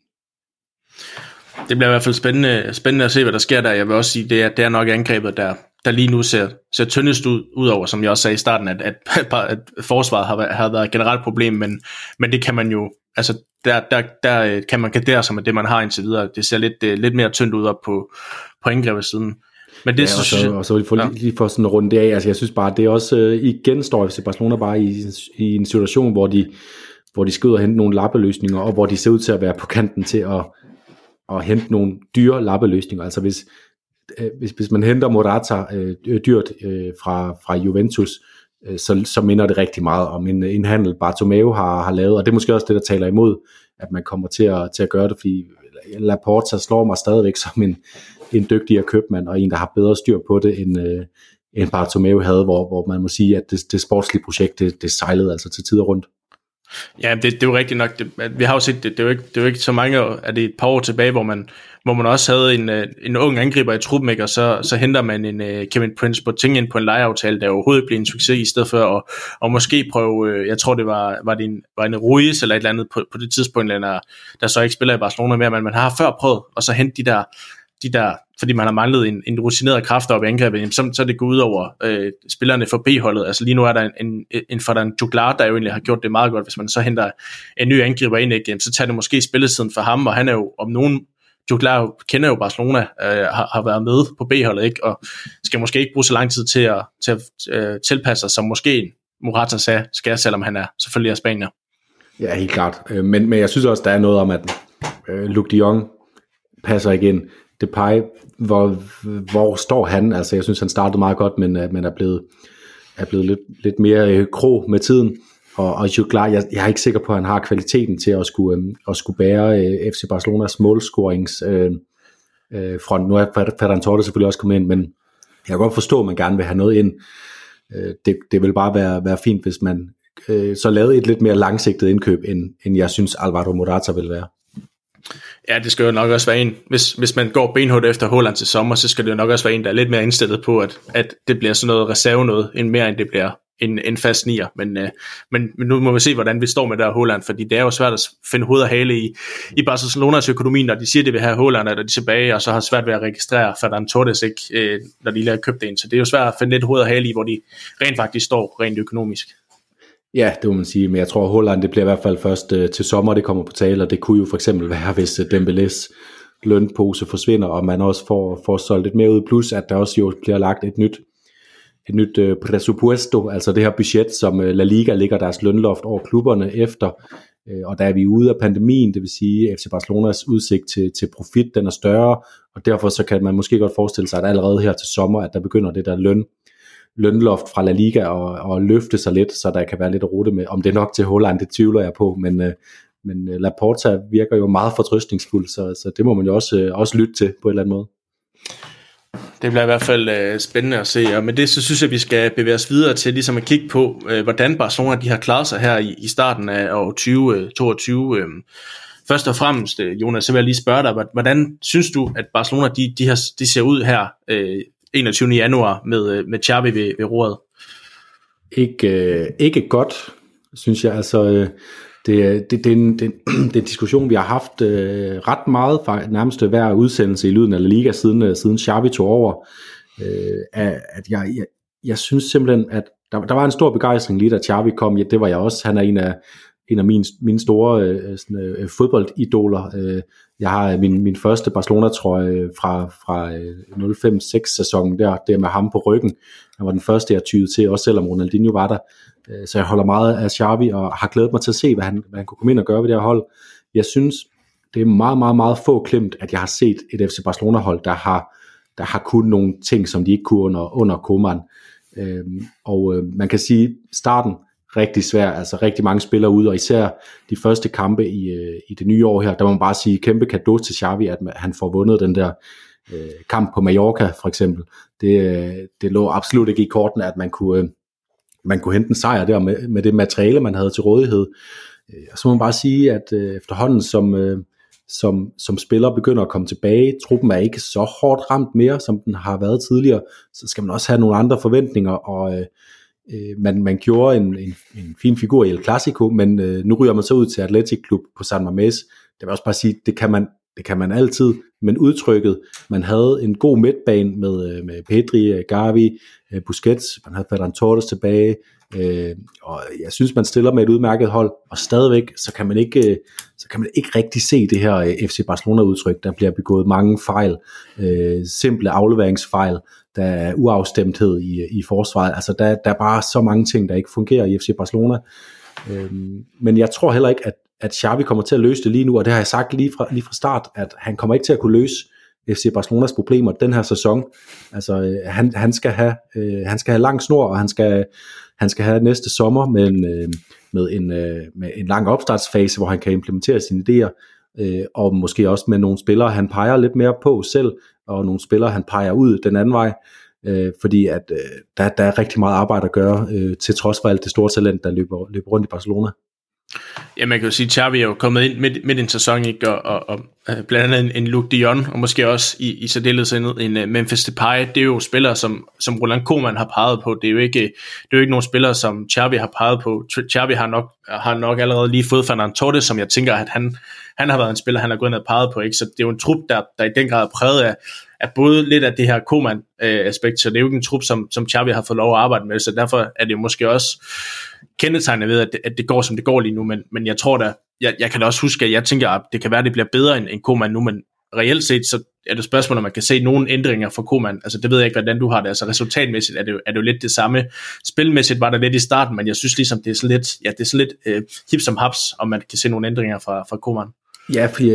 Det bliver i hvert fald spændende at se, hvad der sker der. Jeg vil også sige, det er nok angrebet, der lige nu ser tyndest ud over, som jeg også sagde i starten, at forsvaret har været et generelt problem, men det kan man jo, altså der kan man gardere sig med det, man har indtil videre. Det ser lidt mere tyndt ud op på angrebets siden. Men det og så lige for sådan en runde det af, altså jeg synes bare, det er også igen står FC Barcelona bare i en situation, hvor de skal ud og hente nogle lappeløsninger, og hvor de ser ud til at være på kanten til at hente nogle dyre lappeløsninger. Altså hvis man henter Morata dyrt fra Juventus, så minder det rigtig meget om en handel, Bartomeu har lavet, og det er måske også det, der taler imod, at man kommer til at gøre det, fordi Laporta slår mig stadigvæk som en dygtigere købmand, og en, der har bedre styr på det, end Bartomeu havde, hvor man må sige, at det sportslige projekt, det sejlede altså til tider rundt. Ja, det er jo rigtigt nok. Vi har jo set det. Det er jo ikke så mange år, at det er et par år tilbage, hvor man også havde en ung angriber i truppen, ikke? Og så henter man en Kevin Prince Boateng ind på en lejeaftale, der overhovedet blev en succes, i stedet for at måske prøve, jeg tror det var en Ruiz eller et eller andet på det tidspunkt, der så ikke spiller i Barcelona mere, men man har før prøvet at så hente de der, fordi man har manglet en rutineret kraft op i angrebet, så er det gået ud over spillerne for B-holdet. Altså lige nu er der en Ferran Juglar, der jo egentlig har gjort det meget godt. Hvis man så henter en ny angriber ind, ikke, så tager det måske spilletiden for ham, og han er jo om nogen, Juglar kender jo Barcelona, har været med på B-holdet, ikke, og skal måske ikke bruge så lang tid til at tilpasse sig, som måske Morata sagde, skal, selvom han selvfølgelig er spanier. Ja, helt klart. Men jeg synes også, der er noget om, at Luuk de Jong passer igen. Depay, hvor står han? Altså, jeg synes, han startede meget godt, men er blevet lidt mere krog med tiden. Og Juglar, jeg er ikke sikker på, at han har kvaliteten til at skulle bære FC Barcelonas målscorings front. Nu er Ferran Torres selvfølgelig også kommet ind, men jeg kan godt forstå, at man gerne vil have noget ind. Det vil bare være fint, hvis man så lavede et lidt mere langsigtet indkøb, end jeg synes Alvaro Morata vil være. Ja, det skal jo nok også være en, hvis man går benhårdt efter Haaland til sommer, så skal det jo nok også være en, der er lidt mere indstillet på, at det bliver sådan noget reserve noget, end mere end det bliver en fast nier. Men nu må vi se, hvordan vi står med der Haaland, fordi det er jo svært at finde hoved og hale i Barcelonas økonomi, når de siger, de vil have Haaland, og de tilbage, og så har svært ved at registrere Ferran Torres, ikke, når de lige har købt en. Så det er jo svært at finde lidt hoved og hale i, hvor de rent faktisk står rent økonomisk. Ja, det må man sige, men jeg tror, at Haaland, det bliver i hvert fald først til sommer, det kommer på tale, og det kunne jo for eksempel være, hvis Dembélés lønpose forsvinder, og man også får solgt lidt mere ud, plus at der også jo bliver lagt et nyt presupuesto, altså det her budget, som La Liga ligger deres lønloft over klubberne efter, og der er vi ude af pandemien, det vil sige, at FC Barcelonas udsigt til profit, den er større, og derfor så kan man måske godt forestille sig, at allerede her til sommer, at der begynder det der lønloft fra La Liga og løfte sig lidt, så der kan være lidt at rute med. Om det er nok til Haaland, det tvivler jeg på, men Laporta virker jo meget fortrøstningsfuld, så det må man jo også lytte til på en eller anden måde. Det bliver i hvert fald spændende at se, og med det så synes jeg, at vi skal bevæge os videre til ligesom at kigge på, hvordan Barcelona de har klaret sig her i starten af år 2022. Først og fremmest, Jonas, så vil jeg lige spørge dig, hvordan synes du, at Barcelona de ser ud her 21. januar med Xavi ved roret? Ikke godt, synes jeg. Altså, det er en diskussion, vi har haft ret meget, nærmest hver udsendelse i lyden af La Liga, siden Xavi tog over. At jeg synes simpelthen, at der var en stor begejstring lige da Xavi kom. Ja, det var jeg også. Han er en af mine store fodboldidoler. Jeg har min første Barcelona-trøje fra 05-06 sæsonen der med ham på ryggen. Han var den første, jeg tyede til, også selvom Ronaldinho var der. Så jeg holder meget af Xavi og har glædet mig til at se, hvad han kunne komme ind og gøre ved det her hold. Jeg synes, det er meget, meget, meget få klemt, at jeg har set et FC Barcelona-hold, der har kunnet nogle ting, som de ikke kunne under Koeman. Man kan sige, starten rigtig svær, altså rigtig mange spillere ude, og især de første kampe i det nye år her, der må man bare sige kæmpe cadeau til Xavi, at han får vundet den der kamp på Mallorca for eksempel. Det lå absolut ikke i kortene, at man kunne hente en sejr der med det materiale, man havde til rådighed. Og så må man bare sige, at efterhånden som spiller begynder at komme tilbage, truppen er ikke så hårdt ramt mere, som den har været tidligere, så skal man også have nogle andre forventninger, og man gjorde en fin figur i El Clasico, men nu ryger man så ud til Athletic Club på San Mamés. Det vil også bare sige, det kan man altid, men udtrykket, man havde en god midtbane med Pedri, Gavi, Busquets, man havde Ferran Torres tilbage, og jeg synes man stiller med et udmærket hold, og stadigvæk så kan man ikke rigtig se det her FC Barcelona udtryk. Der bliver begået mange fejl, simple afleveringsfejl, der er uafstemthed i forsvaret, altså der er bare så mange ting der ikke fungerer i FC Barcelona, men jeg tror heller ikke at Xavi kommer til at løse det lige nu, og det har jeg sagt lige fra start, at han kommer ikke til at kunne løse FC Barcelonas problemer den her sæson. Altså han skal have lang snor, og han skal have næste sommer med en lang opstartsfase, hvor han kan implementere sine idéer, og måske også med nogle spillere, han peger lidt mere på selv, og nogle spillere, han peger ud den anden vej, fordi at der er rigtig meget arbejde at gøre, til trods for alt det store talent, der løber rundt i Barcelona. Ja, man kan jo sige, at Xavi er jo kommet ind midt i en sæson, ikke? Og blandt andet en Luc de Jong, og måske også i særdeleshed en Memphis Depay. Det er jo spillere, som Ronald Koeman har peget på. Det er jo ikke nogle spillere, som Xavi har peget på. Xavi har nok allerede lige fået Ferran Torres, som jeg tænker, at han har været en spiller, han har gået ind og peget på, ikke? Så det er jo en trup, der i den grad er præget af både lidt af det her Koeman-aspekt, så det er jo ikke en trup, som Xavi har fået lov at arbejde med, så derfor er det jo måske også kendetegnet ved, at det går, som det går lige nu, men jeg tror da, jeg kan da også huske, at jeg tænker, at det kan være, at det bliver bedre end Koeman nu, men reelt set, så er det spørgsmål, om man kan se nogle ændringer fra Koeman. Altså det ved jeg ikke, hvordan du har det. Altså resultatmæssigt er det jo lidt det samme. Spilmæssigt var der lidt i starten, men jeg synes ligesom, det er sådan lidt hip som haps, om man kan se nogle ændringer fra Koeman. Ja, fordi,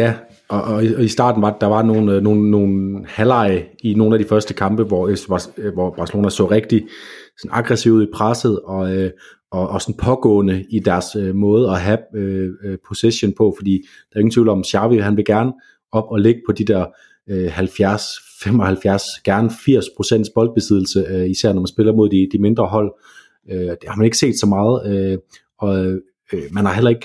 og i starten der var nogle halvleje i nogle af de første kampe, hvor Barcelona så rigtig sådan aggressiv ud i presset, og sådan pågående i deres måde at have possession på, fordi der er ingen tvivl om, Xavi, han vil gerne op og ligge på de der 70, 75, gerne 80% boldbesiddelse, især når man spiller mod de mindre hold. Det har man ikke set så meget, og man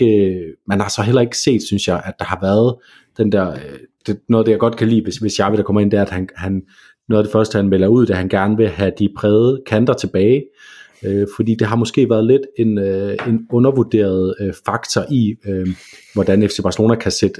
har så heller ikke set, synes jeg, at der har været den der, noget af det jeg godt kan lide, hvis Xavi der kommer ind, det er, at han noget af det første han melder ud, det han gerne vil have de brede kanter tilbage, fordi det har måske været lidt en undervurderet faktor i, hvordan FC Barcelona kan sætte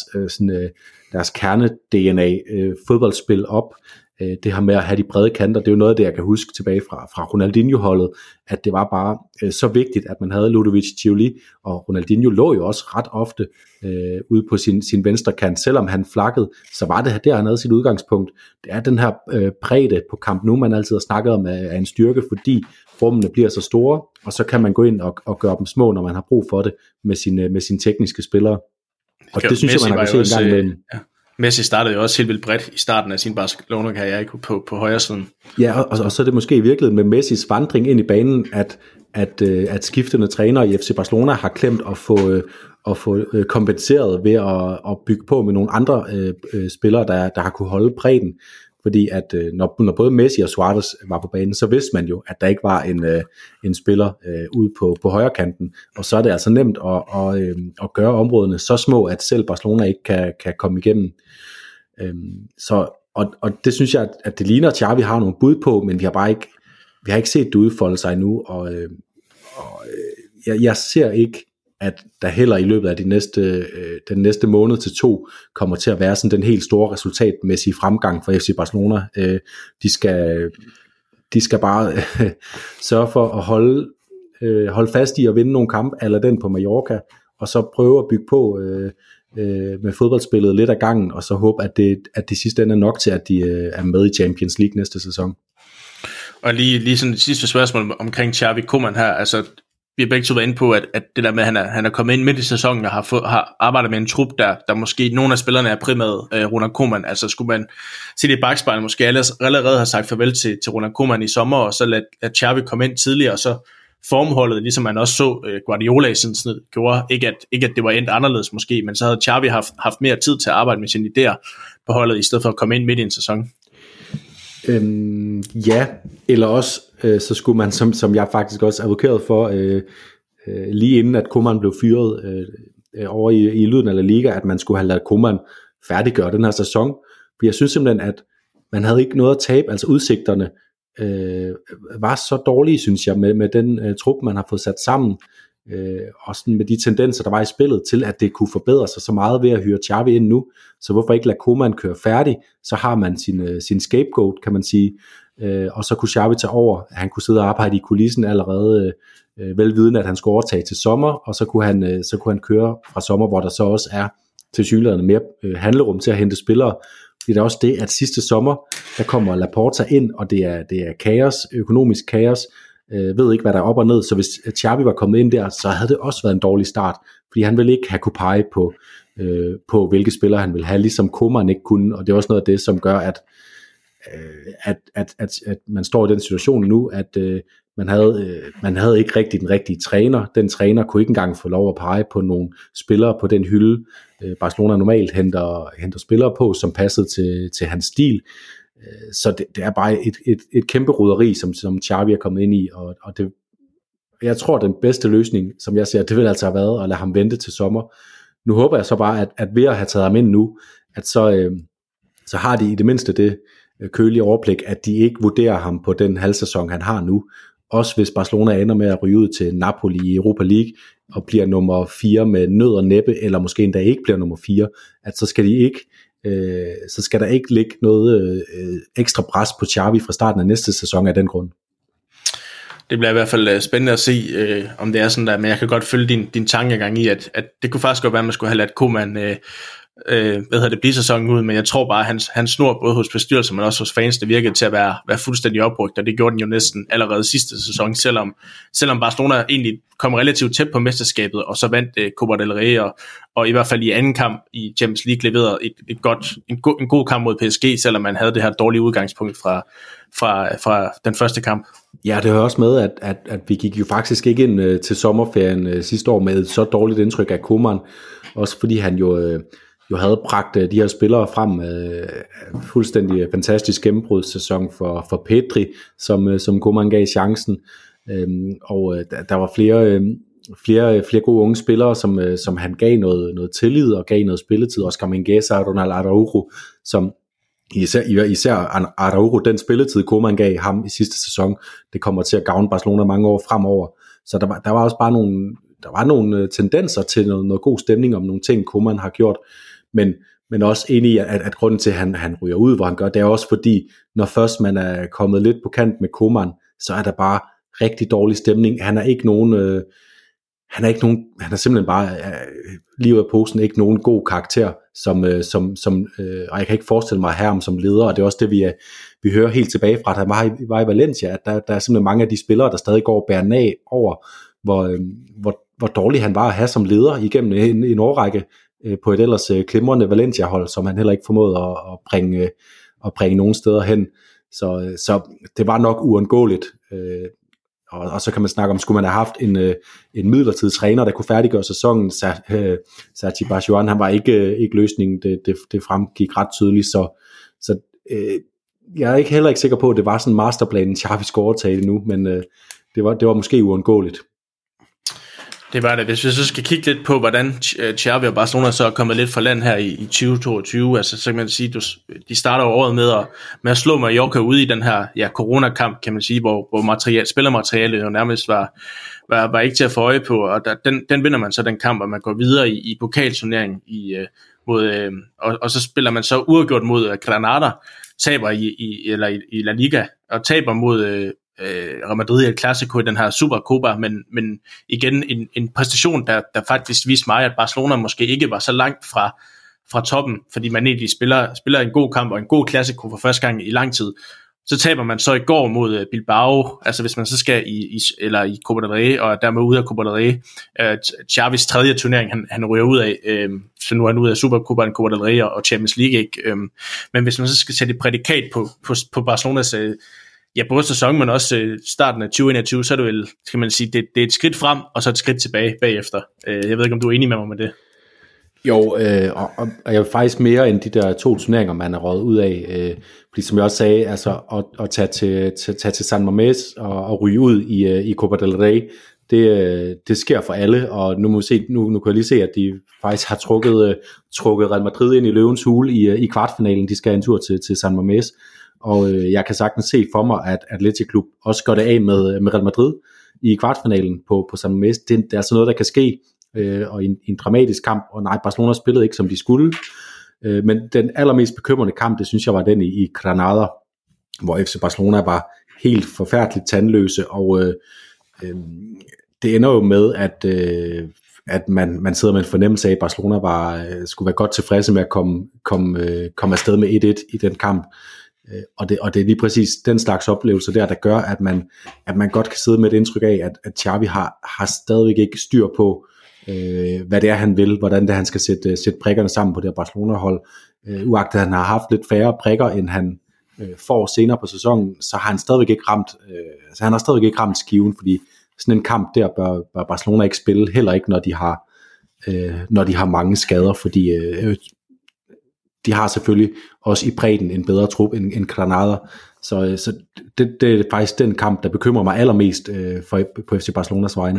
deres kerne-DNA fodboldspil op. Det her med at have de brede kanter, det er jo noget af det, jeg kan huske tilbage fra Ronaldinho-holdet, at det var bare så vigtigt, at man havde Ludovic Giuli, og Ronaldinho lå jo også ret ofte ude på sin venstre kant, selvom han flakkede, så var det der, han havde sit udgangspunkt. Det er den her bredde på Camp Nou, man altid har snakket om, er en styrke, fordi rummene bliver så store, og så kan man gå ind og gøre dem små, når man har brug for det med sine tekniske spillere. Og det synes jeg, man har kunnet se en gang imellem. Ja. Messi startede jo også helt vildt bredt i starten af sin Barcelona-karriere på højre siden. Ja, og så er det måske i virkeligheden med Messis vandring ind i banen, at skiftende trænere i FC Barcelona har klemt at få kompenseret ved at bygge på med nogle andre spillere, der har kunne holde bredden. Fordi at når både Messi og Suarez var på banen, så vidste man jo, at der ikke var en spiller ude på højre kanten. Og så er det altså nemt at gøre områdene så små, at selv Barcelona ikke kan komme igennem. Og det synes jeg, at det ligner, at Xavi har nogle bud på, men vi har ikke set det udfolde sig endnu. Og jeg ser ikke, at der heller i løbet af den næste måned til 2 kommer til at være sådan den helt store resultatmæssige fremgang for FC Barcelona. De skal bare sørge for at holde fast i at vinde nogle kampe, eller den på Mallorca, og så prøve at bygge på med fodboldspillet lidt af gangen, og så håbe, at det sidste ende er nok til, at de er med i Champions League næste sæson. Og lige sådan det sidste spørgsmål omkring Xavi Koeman her, altså vi har begge to været inde på, at det der med, at han er kommet ind midt i sæsonen og har arbejdet med en trup, der måske nogle af spillerne er primært Ronald Koeman. Altså skulle man se det i bakspejlet, måske allerede har sagt farvel til Ronald Koeman i sommer, og så lade Xavi komme ind tidligere, og så formholdet, ligesom man også så Guardiola i sin tid gjorde. Ikke at det var endt anderledes måske, men så havde Xavi haft mere tid til at arbejde med sine idéer på holdet, i stedet for at komme ind midt i en sæson. Ja, eller også så skulle man, som jeg faktisk også advokerede for, lige inden at Koeman blev fyret over i Lyden af La Liga, at man skulle have ladet Koeman færdiggøre den her sæson. For jeg synes simpelthen, at man havde ikke noget at tabe, altså udsigterne var så dårlige, synes jeg, med den trup, man har fået sat sammen, og sådan med de tendenser, der var i spillet, til at det kunne forbedre sig så meget ved at hyre Xavi ind nu. Så hvorfor ikke lade Koeman køre færdig? Så har man sin scapegoat, kan man sige, og så kunne Xavi tage over. Han kunne sidde og arbejde i kulissen allerede, velvidende at han skulle overtage til sommer, og så kunne han køre fra sommer, hvor der så også er tilsyneladende mere handlerum til at hente spillere. Det er også det, at sidste sommer, der kommer Laporta ind, og det er kaos, økonomisk kaos, ved ikke, hvad der er op og ned, så hvis Xavi var kommet ind der, så havde det også været en dårlig start, fordi han ville ikke have kunne pege på hvilke spillere han ville have, ligesom Koeman ikke kunne, og det er også noget af det, som gør, at man står i den situation nu, at man havde ikke rigtig den rigtige træner. Den træner kunne ikke engang få lov at pege på nogle spillere på den hylde, Barcelona normalt henter spillere på, som passede til hans stil. Så det er bare et kæmpe roderi, som Xavi er kommet ind i, og det, jeg tror, den bedste løsning, som jeg ser, det vil altså have været at lade ham vente til sommer. Nu håber jeg så bare, at ved at have taget ham ind nu, at så har de i det mindste det kølige overblik, at de ikke vurderer ham på den halvsæson, han har nu. Også hvis Barcelona ender med at ryge ud til Napoli i Europa League, og bliver nummer 4 med nød og næppe, eller måske endda ikke bliver nummer 4, at så skal der ikke ligge noget ekstra pres på Xavi fra starten af næste sæson af den grund. Det bliver i hvert fald spændende at se, om det er sådan der, men jeg kan godt følge din tankegang i, at det kunne faktisk godt være, at man skulle have ladt Koeman blive sæsonen ud, men jeg tror bare, at hans snor både hos bestyrelser, men også hos fans, det virkede til at være fuldstændig opbrugt, og det gjorde den jo næsten allerede sidste sæson, selvom Barcelona egentlig kom relativt tæt på mesterskabet, og så vandt Copa del Rey, og i hvert fald i anden kamp i Champions League leverede en god kamp mod PSG, selvom man havde det her dårlige udgangspunkt fra den første kamp. Ja, det hører også med, at vi gik jo faktisk ikke ind til sommerferien sidste år med et så dårligt indtryk af Koeman, også fordi han jo havde bragt de her spillere frem, fuldstændig fantastisk gennembrudssæson for Pedri, som Koeman gav chancen, og der var flere gode unge spillere, som han gav noget tillid og gav noget spilletid, Oscar Mingueza og Ronald Araujo, som især Araujo, den spilletid Koeman gav ham i sidste sæson, det kommer til at gavne Barcelona mange år fremover, så der var også bare nogle tendenser til noget god stemning om nogle ting Koeman har gjort, men også enig i, at grunden til, at han ryger ud, hvor han gør, det er også fordi, når først man er kommet lidt på kant med Koeman, så er der bare rigtig dårlig stemning. Han er simpelthen bare lige ud af posen ikke nogen god karakter, og jeg kan ikke forestille mig at have ham som leder, og det er også det, vi hører helt tilbage fra, at han var i Valencia, at der er simpelthen mange af de spillere, der stadig går bæren af over, hvor dårlig han var at have som leder igennem en årrække, på et ellers glimrende Valencia-hold, som han heller ikke formåede at bringe nogen steder hen. Så det var nok uundgåeligt. Og så kan man snakke om, skulle man have haft en midlertidig træner, der kunne færdiggøre sæsonen. Sergi Barjuan, han var ikke løsningen. Det fremgik ret tydeligt. Så jeg er heller ikke sikker på, at det var sådan en masterplan, Xavi skulle overtage det nu, men det var måske uundgåeligt. Det var det. Hvis vi så skal kigge lidt på, hvordan Xavi og Barcelona så er kommet lidt fra land her i 2022, altså så kan man sige, de starter året med at slå Mallorca ude i den her coronakamp, kan man sige, hvor spillermaterialet jo nærmest var ikke til at få øje på, og den vinder man så den kamp, og man går videre i pokalturneringen og så spiller man så uafgjort mod Granada, taber i La Liga, og taber mod Real Madrid i El Clasico i den her Supercopa, men igen en præstation, der faktisk viste mig, at Barcelona måske ikke var så langt fra toppen, fordi man egentlig spiller en god kamp og en god Clasico for første gang i lang tid. Så taber man så i går mod Bilbao, altså hvis man så skal i Copa del Rey, og dermed ude af Copa del Rey, Xavis tredje turnering, han ryger ud af, så nu er han ude af Supercopa, Copa del Rey og Champions League, ikke? Men hvis man så skal sætte et prædikat på Barcelonas ja, både sæsonen, men også starten af 2021, så er det vel, skal man sige, det er et skridt frem, og så et skridt tilbage bagefter. Jeg ved ikke, om du er enig med mig med det? Jo, og jeg vil faktisk mere end de der 2 turneringer, man er røget ud af, fordi som jeg også sagde, altså at tage til San Mamés og ryge ud i Copa del Rey, det sker for alle, og nu må vi se, nu kan jeg lige se, at de faktisk har trukket Real Madrid ind i løvens hule i kvartfinalen. De skal en tur til San Mamés, og jeg kan sagtens se for mig, at Athletic Club også går det af med Real Madrid i kvartfinalen på San Mamés. Det er altså noget, der kan ske, og i en dramatisk kamp, og nej, Barcelona spillede ikke, som de skulle, men den allermest bekymrende kamp, det synes jeg var den i Granada, hvor FC Barcelona var helt forfærdeligt tandløse, og det ender jo med, at man sidder med en fornemmelse af, at Barcelona skulle være godt tilfredse med at komme afsted med 1-1 i den kamp, og det er lige præcis den slags oplevelser der gør, at man godt kan sidde med et indtryk af, at Xavi har stadigvæk ikke styr på, hvad det er han vil, hvordan det er han skal sætte prikkerne sammen på det her Barcelona-hold. Uagtet at han har haft lidt færre prikker, end han får senere på sæsonen, så har han stadigvæk ikke ramt skiven, fordi sådan en kamp der bør Barcelona ikke spille, heller ikke når de har mange skader, fordi de har selvfølgelig også i bredden en bedre trup end Granada, så det er faktisk den kamp, der bekymrer mig allermest på FC Barcelonas vegne.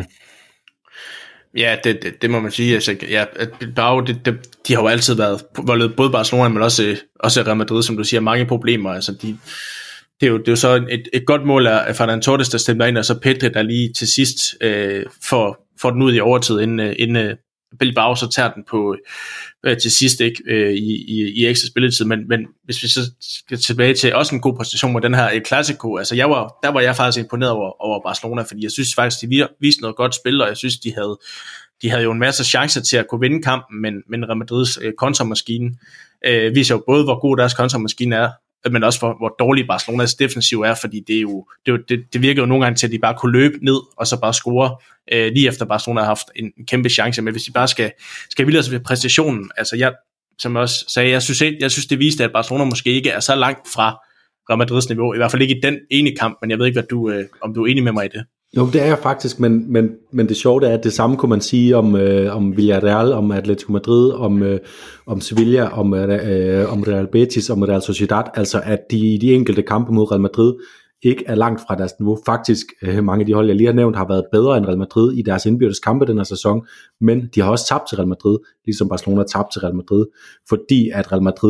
Ja, det må man sige. Altså, ja, Bilbao, de har jo altid været voldet både Barcelona, men også Real Madrid, som du siger, mange problemer. Altså, det er jo så et godt mål af Ferran Torres, der stemmer ind, og så Pedri, der lige til sidst får den ud i overtid, inden Bilbao så tager den på til sidst, ikke, i ekstra spilletid, men hvis vi så skal tilbage til også en god præstation med den her El Clasico, altså der var jeg faktisk imponeret over Barcelona, fordi jeg synes faktisk, de viste noget godt spil, og jeg synes, de havde jo en masse chancer til at kunne vinde kampen, men Real Madrids kontramaskine viser jo både, hvor god deres kontramaskine er, men også hvor dårlig Barcelonas defensiv er, fordi det virker jo nogle gange til, at de bare kunne løbe ned, og så bare score, lige efter Barcelona har haft en kæmpe chance, men hvis de bare skal vilde os ved præstationen, altså som jeg også sagde, jeg synes det viste, at Barcelona måske ikke er så langt fra Real Madrids niveau, i hvert fald ikke i den ene kamp, men jeg ved ikke, om du er enig med mig i det. Jo, det er jeg faktisk, men det sjove er, at det samme kunne man sige om Villarreal, om Atletico Madrid, om Sevilla, om Real Betis, om Real Sociedad, altså at de enkelte kampe mod Real Madrid ikke er langt fra deres niveau. Faktisk, mange af de hold, jeg lige har nævnt, har været bedre end Real Madrid i deres indbyrdes kampe den her sæson, men de har også tabt til Real Madrid, ligesom Barcelona har tabt til Real Madrid, fordi at Real Madrid,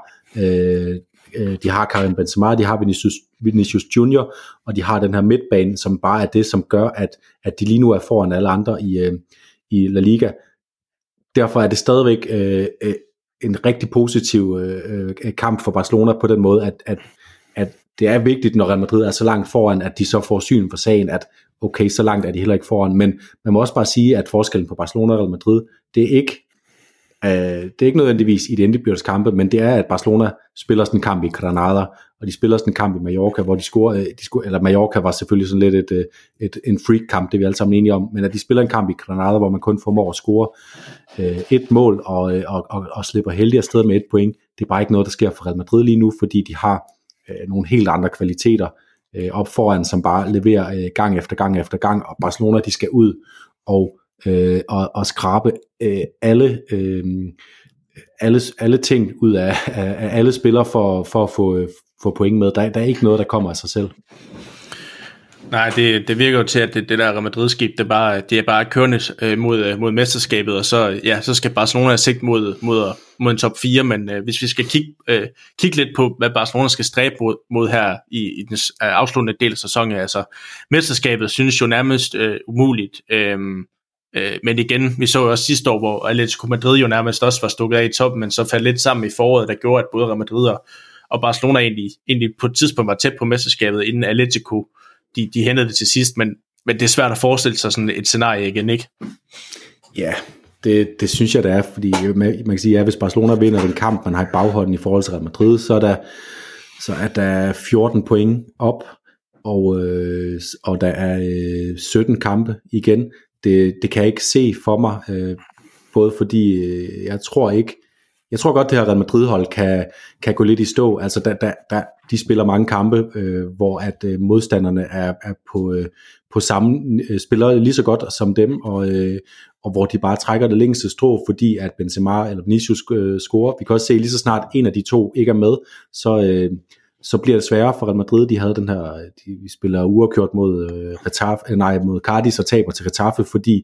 de har Karim Benzema, de har Vinicius Junior, og de har den her midtbane, som bare er det, som gør, at de lige nu er foran alle andre i La Liga. Derfor er det stadigvæk en rigtig positiv kamp for Barcelona på den måde, at det er vigtigt, når Real Madrid er så langt foran, at de så får syn for sagen, at okay, så langt er de heller ikke foran, men man må også bare sige, at forskellen på Barcelona og Real Madrid, det er ikke nødvendigvis i de indbyrdes kampe, men det er, at Barcelona spiller sådan en kamp i Granada, og de spiller sådan en kamp i Mallorca, hvor de scorer, eller Mallorca var selvfølgelig sådan lidt en freak-kamp, det er vi alle sammen enige om, men at de spiller en kamp i Granada, hvor man kun formår at score et mål, og slipper heldig afsted med 1 point, det er bare ikke noget, der sker for Real Madrid lige nu, fordi de har nogle helt andre kvaliteter op foran, som bare leverer gang efter gang efter gang, og Barcelona, de skal ud og skrabe alle ting ud af alle spillere for at få point med. Der er ikke noget, der kommer af sig selv. Nej, det virker jo til, at det der Real Madrid-skib, det er bare kørende mod mesterskabet, og så skal Barcelona have sigt mod en top 4, men hvis vi skal kigge lidt på, hvad Barcelona skal stræbe mod her i den afsluttende del af sæsonen, altså mesterskabet synes jo nærmest umuligt, men igen, vi så jo også sidste år, hvor Atletico Madrid jo nærmest også var stukket af i toppen, men så faldt lidt sammen i foråret, der gjorde, at både Real Madrid og Barcelona egentlig på et tidspunkt var tæt på mesterskabet, inden Atletico de hentede det til sidst, men det er svært at forestille sig sådan et scenarie igen, ikke? Ja, det synes jeg, det er, fordi man kan sige, at hvis Barcelona vinder den kamp, man har i baghånden i forhold til Real Madrid, så er der 14 point op, og der er 17 kampe igen. Det kan jeg ikke se for mig, både fordi jeg tror ikke, jeg tror godt, det her Real Madrid-hold kan gå lidt i stå. Altså, de spiller mange kampe, hvor at modstanderne er på samme, spiller lige så godt som dem, og hvor de bare trækker det længste strå, fordi at Benzema eller Vinicius scorer. Vi kan også se, lige så snart en af de to ikke er med, så bliver det sværere for Real Madrid. De havde den her, de spiller uafgjort mod Cardis og taber til Getafe,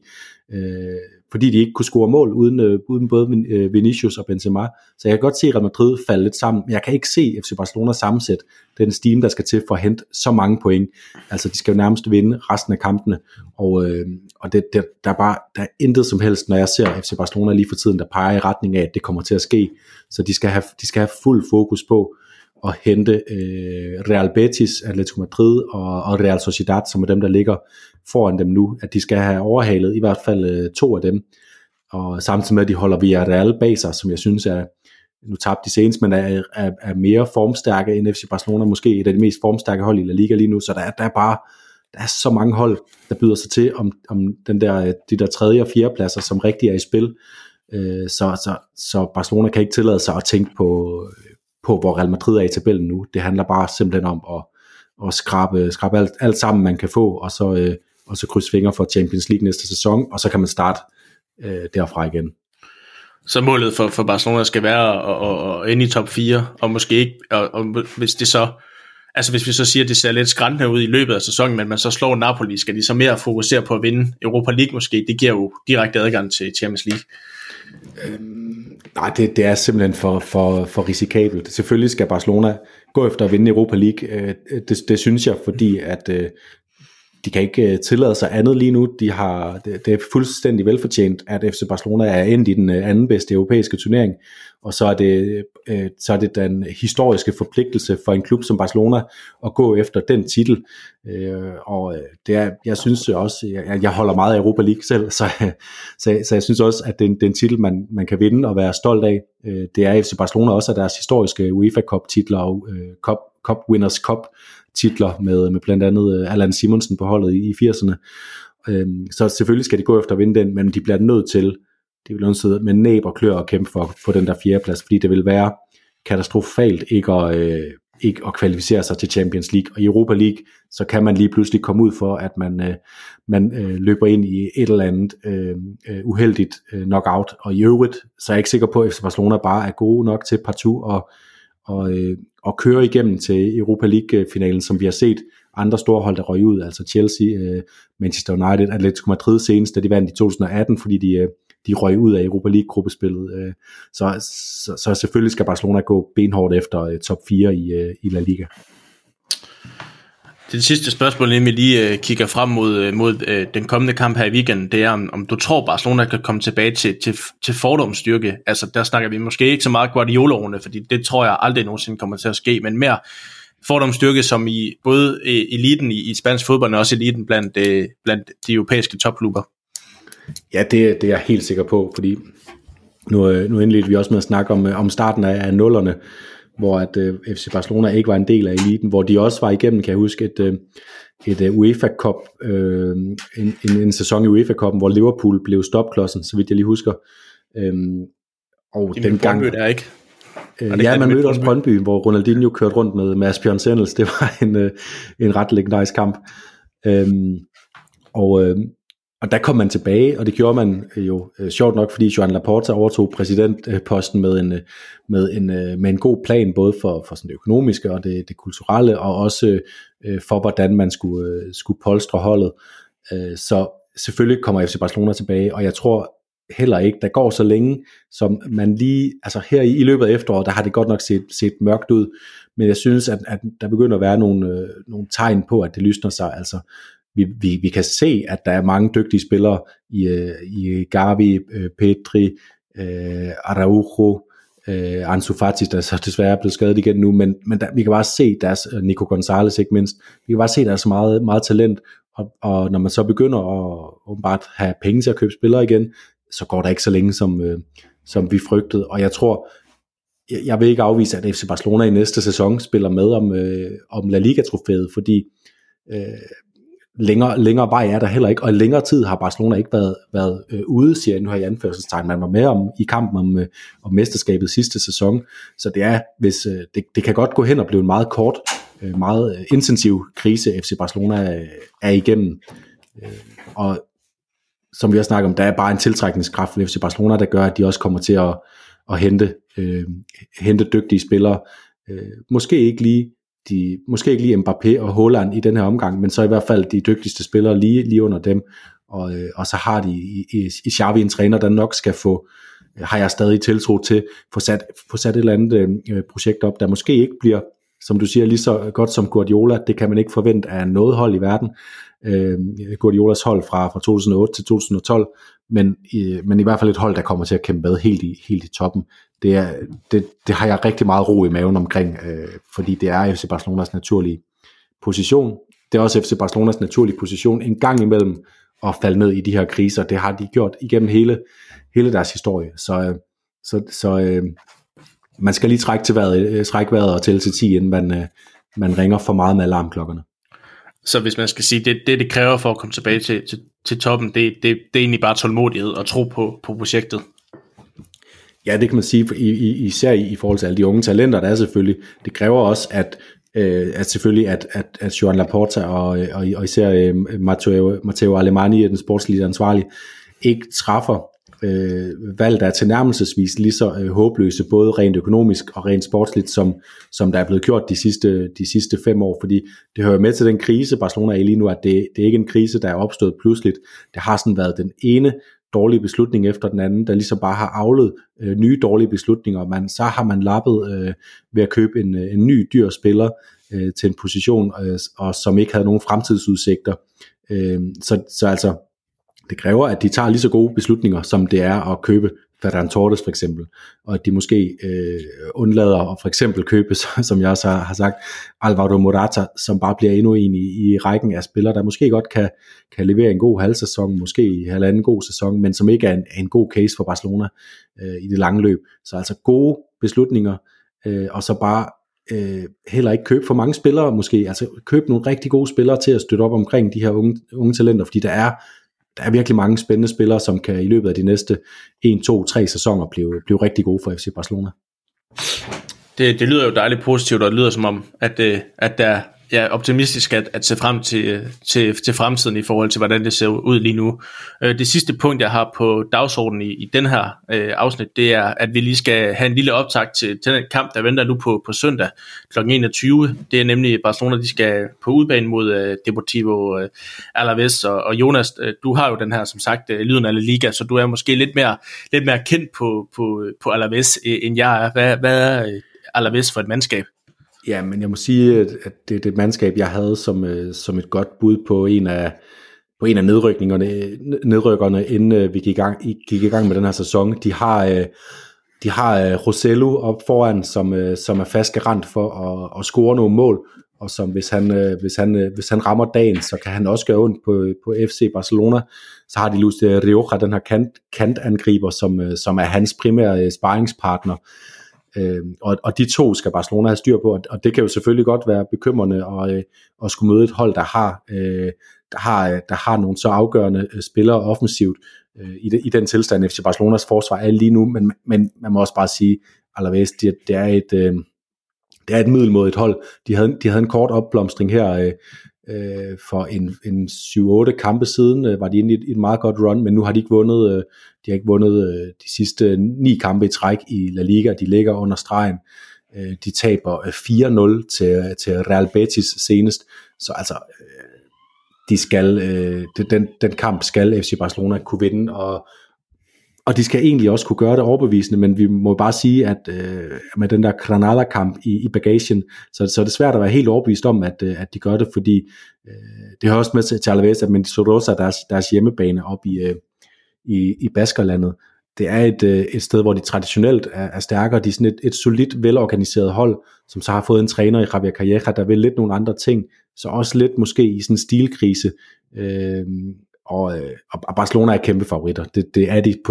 fordi de ikke kunne score mål uden både Vinicius og Benzema. Så jeg kan godt se Real Madrid falde lidt sammen, men jeg kan ikke se FC Barcelona sammensætte den stime, der skal til for at hente så mange point. Altså, de skal jo nærmest vinde resten af kampene, og der er intet som helst, når jeg ser FC Barcelona lige for tiden, der peger i retning af, at det kommer til at ske. Så de skal have fuld fokus på at hente Real Betis, Atletico Madrid og Real Sociedad, som er dem, der ligger foran dem nu, at de skal have overhalet i hvert fald 2 af dem, og samtidig med, at de holder Villarreal bag sig, som jeg synes er, nu tabte de senest, men er mere formstærke end FC Barcelona, måske et af de mest formstærke hold i La Liga lige nu, så der er så mange hold, der byder sig til om de der 3. og 4. pladser, som rigtig er i spil, så Barcelona kan ikke tillade sig at tænke på hvor Real Madrid er i tabellen nu. Det handler bare simpelthen om at skrabe alt sammen, man kan få, og så krydse fingre for Champions League næste sæson, og så kan man starte derfra igen. Så målet for Barcelona skal være at ende i top 4, og måske ikke, og hvis det så, altså hvis vi så siger, at det ser lidt skræntende ud i løbet af sæsonen, men man så slår Napoli, skal de så mere fokusere på at vinde Europa League måske? Det giver jo direkte adgang til Champions League. Nej, det er simpelthen for risikabelt. Selvfølgelig skal Barcelona gå efter at vinde Europa League. Det synes jeg, fordi at de kan ikke tillade sig andet lige nu. Det er fuldstændig velfortjent, at FC Barcelona er endt i den anden bedste europæiske turnering, og så er det den historiske forpligtelse for en klub som Barcelona at gå efter den titel. Og jeg synes også, jeg holder meget af Europa League selv, så jeg synes også, at det er en titel, man kan vinde og være stolt af. Det er FC Barcelona også af deres historiske UEFA Cup titler og Cup Winners Cup titler med blandt andet Allan Simonsen på holdet i 80'erne. Så selvfølgelig skal de gå efter at vinde den, men de bliver nødt til med næb og klør at kæmpe for den der 4. plads, fordi det vil være katastrofalt ikke at kvalificere sig til Champions League. Og i Europa League, så kan man lige pludselig komme ud for, at man løber ind i et eller andet uheldigt knockout. Og i øvrigt, så er jeg ikke sikker på, at FC Barcelona bare er gode nok til partout og køre igennem til Europa League-finalen, som vi har set andre store hold, der røg ud, altså Chelsea, Manchester United, Atletico Madrid senest, da de vandt i 2018, fordi de røg ud af Europa League-gruppespillet. Så selvfølgelig skal Barcelona gå benhårdt efter top 4 i La Liga. Det sidste spørgsmål, inden vi lige kigger frem mod den kommende kamp her i weekenden, det er, om du tror, Barcelona kan komme tilbage til fordomsstyrke. Altså, der snakker vi måske ikke så meget Guardiola-årene, fordi det tror jeg aldrig nogensinde kommer til at ske, men mere fordomsstyrke, som i både eliten i spansk fodbold, og også eliten blandt de europæiske topklubber. Ja, det er jeg helt sikker på, fordi nu indledte vi også med at snakke om starten af nullerne, hvor at FC Barcelona ikke var en del af eliten, hvor de også var igennem, kan jeg huske, et UEFA Cup, en sæson i UEFA Cupen, hvor Liverpool blev stopklodsen, så vidt jeg lige husker. Og den gang der ikke. Ja, man mødte også Brøndby, hvor Ronaldinho kørte rundt med Asbjørn Sendels. Det var en ret legendarisk kamp. Og der kom man tilbage, og det gjorde man jo sjovt nok, fordi Joan Laporta overtog præsidentposten med en god plan, både for sådan det økonomiske og det kulturelle, og også for hvordan man skulle polstre holdet. Så selvfølgelig kommer FC Barcelona tilbage, og jeg tror heller ikke, der går så længe, som man lige, altså her i løbet af efteråret, der har det godt nok set mørkt ud, men jeg synes, at der begynder at være nogle tegn på, at det lysner sig. Altså vi kan se, at der er mange dygtige spillere i Gavi, Pedri, Araujo, Ansu Fati, der så desværre er blevet skadet igen nu, men vi kan bare se deres, Nico Gonzalez ikke mindst, vi kan bare se deres meget, meget talent, og når man så begynder at åbenbart have penge til at købe spillere igen, så går der ikke så længe, som vi frygtede, og jeg tror, jeg vil ikke afvise, at FC Barcelona i næste sæson spiller med om La Liga-trofæet, fordi længere vej er der heller ikke, og i længere tid har Barcelona ikke været ude, siger jeg nu her i anførselstegn. Man var med i kampen om mesterskabet sidste sæson, så det er, hvis det kan godt gå hen og blive en meget kort, meget intensiv krise, FC Barcelona er igennem. Og som vi har snakket om, der er bare en tiltrækningskraft ved FC Barcelona, der gør, at de også kommer til at hente dygtige spillere. Måske ikke lige Mbappé og Haaland i den her omgang, men så i hvert fald de dygtigste spillere lige under dem. Og så har de i Xavi en træner, der nok skal få, har jeg stadig tiltro til, få sat et eller andet projekt op, der måske ikke bliver, som du siger, lige så godt som Guardiola. Det kan man ikke forvente af noget hold i verden. Guardiolas hold fra 2008 til 2012, men i hvert fald et hold, der kommer til at kæmpe med helt i toppen. Det har jeg rigtig meget ro i maven omkring, fordi det er FC Barcelonas naturlige position. Det er også FC Barcelonas naturlige position en gang imellem at falde ned i de her kriser. Det har de gjort igennem hele deres historie. Så man skal lige trække vejret og tælle til 10, inden man ringer for meget med alarmklokkerne. Så hvis man skal sige, det kræver for at komme tilbage til toppen, det er egentlig bare tålmodighed og tro på projektet. Ja, det kan man sige, især i forhold til alle de unge talenter, der er selvfølgelig. Det kræver også, at Joan Laporta og især Matteo Alemany, den sportslige ansvarlige, ikke træffer valg, der er tilnærmelsesvis lige så håbløse, både rent økonomisk og rent sportsligt, som der er blevet gjort de sidste 5 år, fordi det hører med til den krise, Barcelona er i lige nu, at det er ikke en krise, der er opstået pludseligt. Det har sådan været den ene dårlige beslutning efter den anden, der ligesom bare har avlet nye dårlige beslutninger. Så har man lappet ved at købe en ny dyr spiller til en position, og som ikke havde nogen fremtidsudsigter. Så altså, det kræver, at de tager lige så gode beslutninger, som det er at købe Ferran Torres for eksempel, og at de måske undlader at for eksempel købe, som jeg også har sagt, Alvaro Morata, som bare bliver endnu en i rækken af spillere, der måske godt kan levere en god halvsæson, måske halvanden god sæson, men som ikke er en god case for Barcelona i det lange løb. Så altså gode beslutninger, og så bare heller ikke købe for mange spillere måske, altså købe nogle rigtig gode spillere til at støtte op omkring de her unge talenter, fordi der er virkelig mange spændende spillere, som kan i løbet af de næste 1, 2, 3 sæsoner blive rigtig gode for FC Barcelona. Det lyder jo dejligt positivt, og det lyder som om, at der er optimistisk at se frem til fremtiden i forhold til, hvordan det ser ud lige nu. Det sidste punkt, jeg har på dagsordenen i den her afsnit, det er, at vi lige skal have en lille optakt til den kamp, der venter nu på søndag kl. 21. Det er nemlig Barcelona, de skal på udbanen mod Deportivo Alaves, og Jonas, du har jo den her, som sagt, lyden af La Liga, så du er måske lidt mere kendt på Alaves, end jeg er. Hvad er Alaves for et mandskab? Ja, men jeg må sige, at det er det mandskab, jeg havde som et godt bud på en af nedrykkerne, inden vi gik i gang med den her sæson. De har Rossello op foran, som er fast garant for at score nogle mål, og som hvis han rammer dagen, så kan han også gøre ondt på FC Barcelona. Så har de Luis de Rioja, den her kantangriber, som er hans primære sparringspartner. Og de to skal Barcelona have styr på, og det kan jo selvfølgelig godt være bekymrende at skulle møde et hold, der har nogle så afgørende spillere offensivt i den tilstand, FC Barcelonas forsvar er lige nu, men man må også bare sige, Alaves, det er et middelmådigt hold. De havde en kort opblomstring her for en 7-8 kampe siden, var de inde i et meget godt run, men nu har de ikke vundet de sidste 9 kampe i træk i La Liga. De ligger under stregen. De taber 4-0 til Real Betis senest, så altså den kamp skal FC Barcelona kunne vinde, og de skal egentlig også kunne gøre det overbevisende, men vi må bare sige, at med den der Granada-kamp i bagagen, så er det svært at være helt overbevist om, at de gør det, fordi det har også med til Alaves, at Mendizorroza er deres hjemmebane op i Baskerlandet. Det er et sted, hvor de traditionelt er stærkere. De er sådan et solidt, velorganiseret hold, som så har fået en træner i Javier Calleja, der vil lidt nogle andre ting, så også lidt måske i sådan en stilkrise, og Barcelona er kæmpe favoritter. Det er de på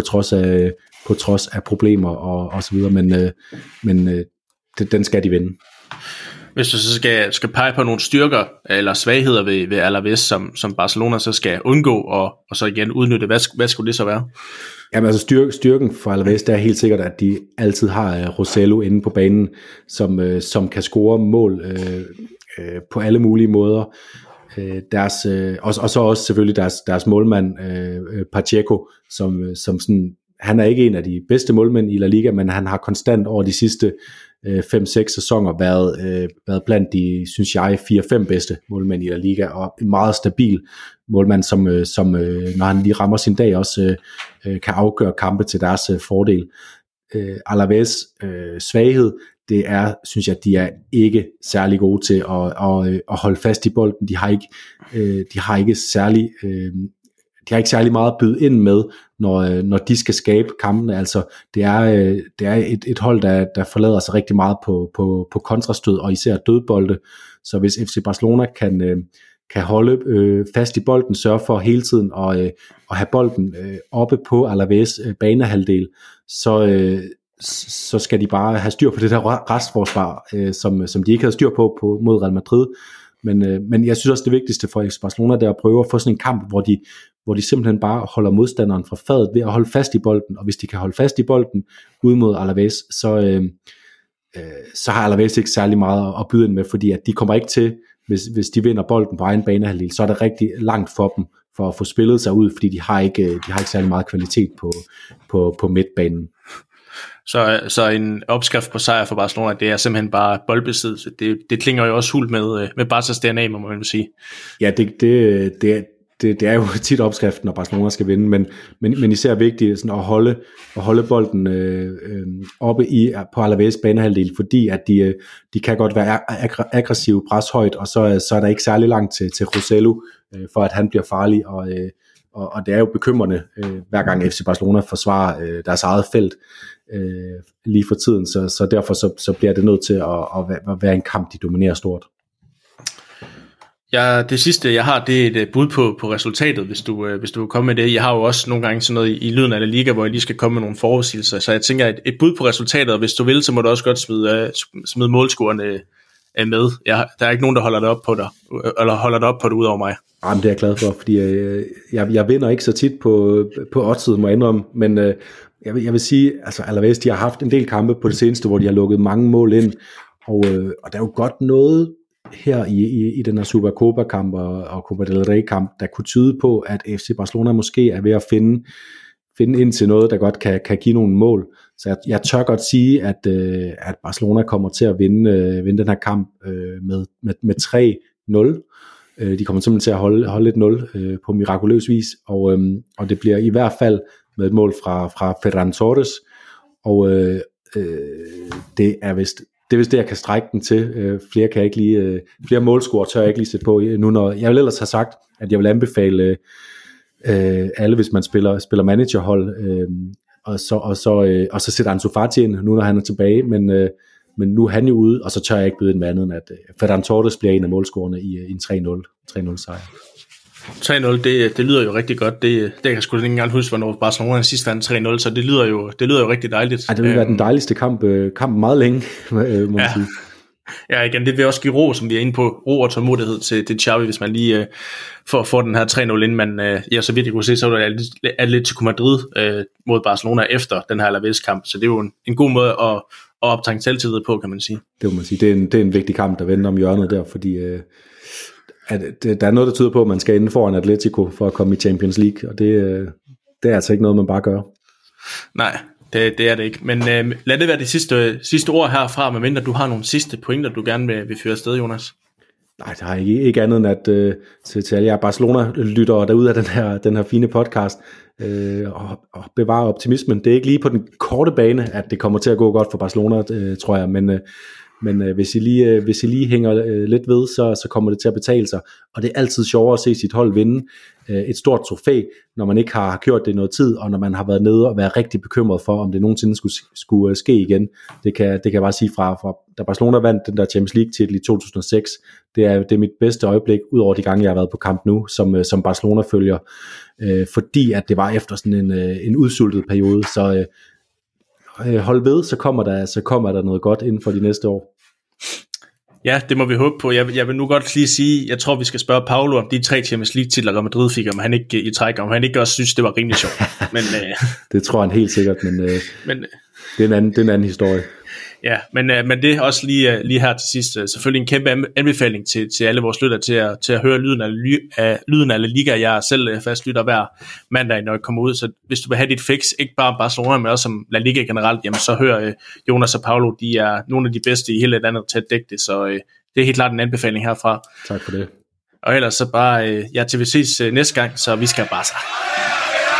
trods af problemer og så videre, men den skal de vinde. Hvis du så skal pege på nogle styrker eller svagheder ved Alaves, som Barcelona så skal undgå, og så igen udnytte, hvad skulle det så være? Jamen altså styrken for Alaves, det er helt sikkert, at de altid har Rossello inde på banen, som kan score mål på alle mulige måder. Og så også selvfølgelig deres målmand Pacheco, som sådan, han er ikke en af de bedste målmænd i La Liga, men han har konstant over de sidste 5-6 sæsoner været blandt de, synes jeg, 4-5 bedste målmænd i La Liga, og en meget stabil målmand, som når han lige rammer sin dag, også kan afgøre kampe til deres fordel. Alaves svaghed, det er, synes jeg, de er ikke særlig gode til at holde fast i bolden. De har ikke særlig meget at byde ind med, når de skal skabe kampene. Altså, det er et hold, der forlader sig rigtig meget på kontrastød, og især dødbolde. Så hvis FC Barcelona kan holde fast i bolden, sørge for hele tiden at have bolden oppe på Alaves banehalvdel, så skal de bare have styr på det der restforsvar, som de ikke havde styr på mod Real Madrid. Men jeg synes også, det vigtigste for FC Barcelona, det er at prøve at få sådan en kamp, hvor de simpelthen bare holder modstanderen fra fadet ved at holde fast i bolden, og hvis de kan holde fast i bolden ud mod Alaves, så har Alaves ikke særlig meget at byde ind med, fordi at de kommer ikke til, hvis de vinder bolden på egen banehalvdel, så er det rigtig langt for dem for at få spillet sig ud, fordi de har ikke særlig meget kvalitet på midtbanen. Så en opskrift på sejr for Barcelona, det er simpelthen bare boldbesiddelse. Det klinger jo også hult med Barca's DNA, må man sige. Ja, det er jo tit opskriften, når Barcelona skal vinde, men især vigtigt sådan at holde bolden oppe på Alaves banehalvdel, fordi at de kan godt være aggressive, preshøjt, og så er der ikke særlig langt til Rossello, for at han bliver farlig, og det er jo bekymrende, hver gang FC Barcelona forsvarer deres eget felt lige for tiden, så derfor så bliver det nødt til at være en kamp, de dominerer stort. Ja, det sidste jeg har, det er et bud på resultatet, hvis du vil komme med det. Jeg har jo også nogle gange sådan noget i lyden af La Liga, hvor jeg lige skal komme med nogle forudsigelser, så jeg tænker et bud på resultatet, og hvis du vil, så må du også godt smide målscorerne med. Der er ikke nogen, der holder det op på dig, eller holder det op på det ud over mig. Jamen, det er jeg glad for, fordi jeg vinder ikke så tit på oddset, må jeg indrømme, men jeg vil sige, altså Alaves, de har haft en del kampe på det seneste, hvor de har lukket mange mål ind, og der er jo godt noget her i den her Supercopa-kamp og Copa del Rey-kamp, der kunne tyde på, at FC Barcelona måske er ved at finde ind til noget, der godt kan give nogle mål. Så jeg tør godt sige, at Barcelona kommer til at vinde den her kamp med 3-0. De kommer simpelthen til at holde 1-0 på mirakuløs vis, og det bliver i hvert fald med et mål fra Ferran Torres, og det er vist det, jeg kan strække den til. Flere målscorer tør jeg ikke lige sætte på nu, når jeg vil ellers have sagt, at jeg vil anbefale alle, hvis man spiller managerhold, og så sætter Ansu Fati ind, nu når han er tilbage, men nu er han jo ude, og så tør jeg ikke byde en anden, at Ferran Torres bliver en af målscorerne i en 3-0 sejr. 3-0, det lyder jo rigtig godt. Det kan jeg sgu ikke engang huske, hvornår Barcelona sidst vandt 3-0, så det lyder jo rigtig dejligt. Ej, det vil være den dejligste kamp meget længe, må man sige. Ja, igen, det vil også give ro, som vi er inde på, ro og tålmodighed til Xavi, hvis man lige får den her 3-0, inden man, så vidt jeg kunne se, så var det Atletico Madrid mod Barcelona efter den her Alaves-kamp, så det er jo en god måde at optanke selvtillid på, kan man sige. Det må man sige, det er en vigtig kamp, der venter om hjørnet der, fordi der er noget, der tyder på, at man skal inde foran Atletico for at komme i Champions League, og det er altså ikke noget, man bare gør. Nej, det er det ikke. Men lad det være de sidste ord herfra, medmindre du har nogle sidste pointer, du gerne vil føre afsted, Jonas. Nej, der er ikke andet end at til alle jer Barcelona-lyttere derude af den her fine podcast, og bevare optimismen. Det er ikke lige på den korte bane, at det kommer til at gå godt for Barcelona, tror jeg, men hvis I lige hænger lidt ved, så kommer det til at betale sig, og det er altid sjovere at se sit hold vinde et stort trofæ, når man ikke har gjort det i noget tid, og når man har været nede og været rigtig bekymret for, om det nogensinde skulle ske igen. Det kan jeg bare sige fra da Barcelona vandt den der Champions League titel i 2006, det er mit bedste øjeblik, ud over de gange jeg har været på kamp nu, som Barcelona følger, fordi at det var efter sådan en udsultet periode, så hold ved, så kommer der noget godt inden for de næste år. Ja, det må vi håbe på. Jeg vil nu godt lige sige, jeg tror, vi skal spørge Paolo om de 3 Champions League-titler, Real Madrid fik, om han ikke i træk, om han ikke også synes, det var rimelig sjovt. Men, det tror han helt sikkert, men det er en anden historie. Ja, men det er også lige her til sidst selvfølgelig en kæmpe anbefaling til alle vores lyttere til at høre lyden af La Liga. Jeg er selv fast lytter hver mandag, når jeg kommer ud, så hvis du vil have dit fix, ikke bare om Barcelona, men også om La Liga generelt, jamen så hør Jonas og Paolo, de er nogle af de bedste i hele landet til at dække det, så det er helt klart en anbefaling herfra. Tak for det. Og ellers så bare, til vi ses næste gang, så vi skal bare så.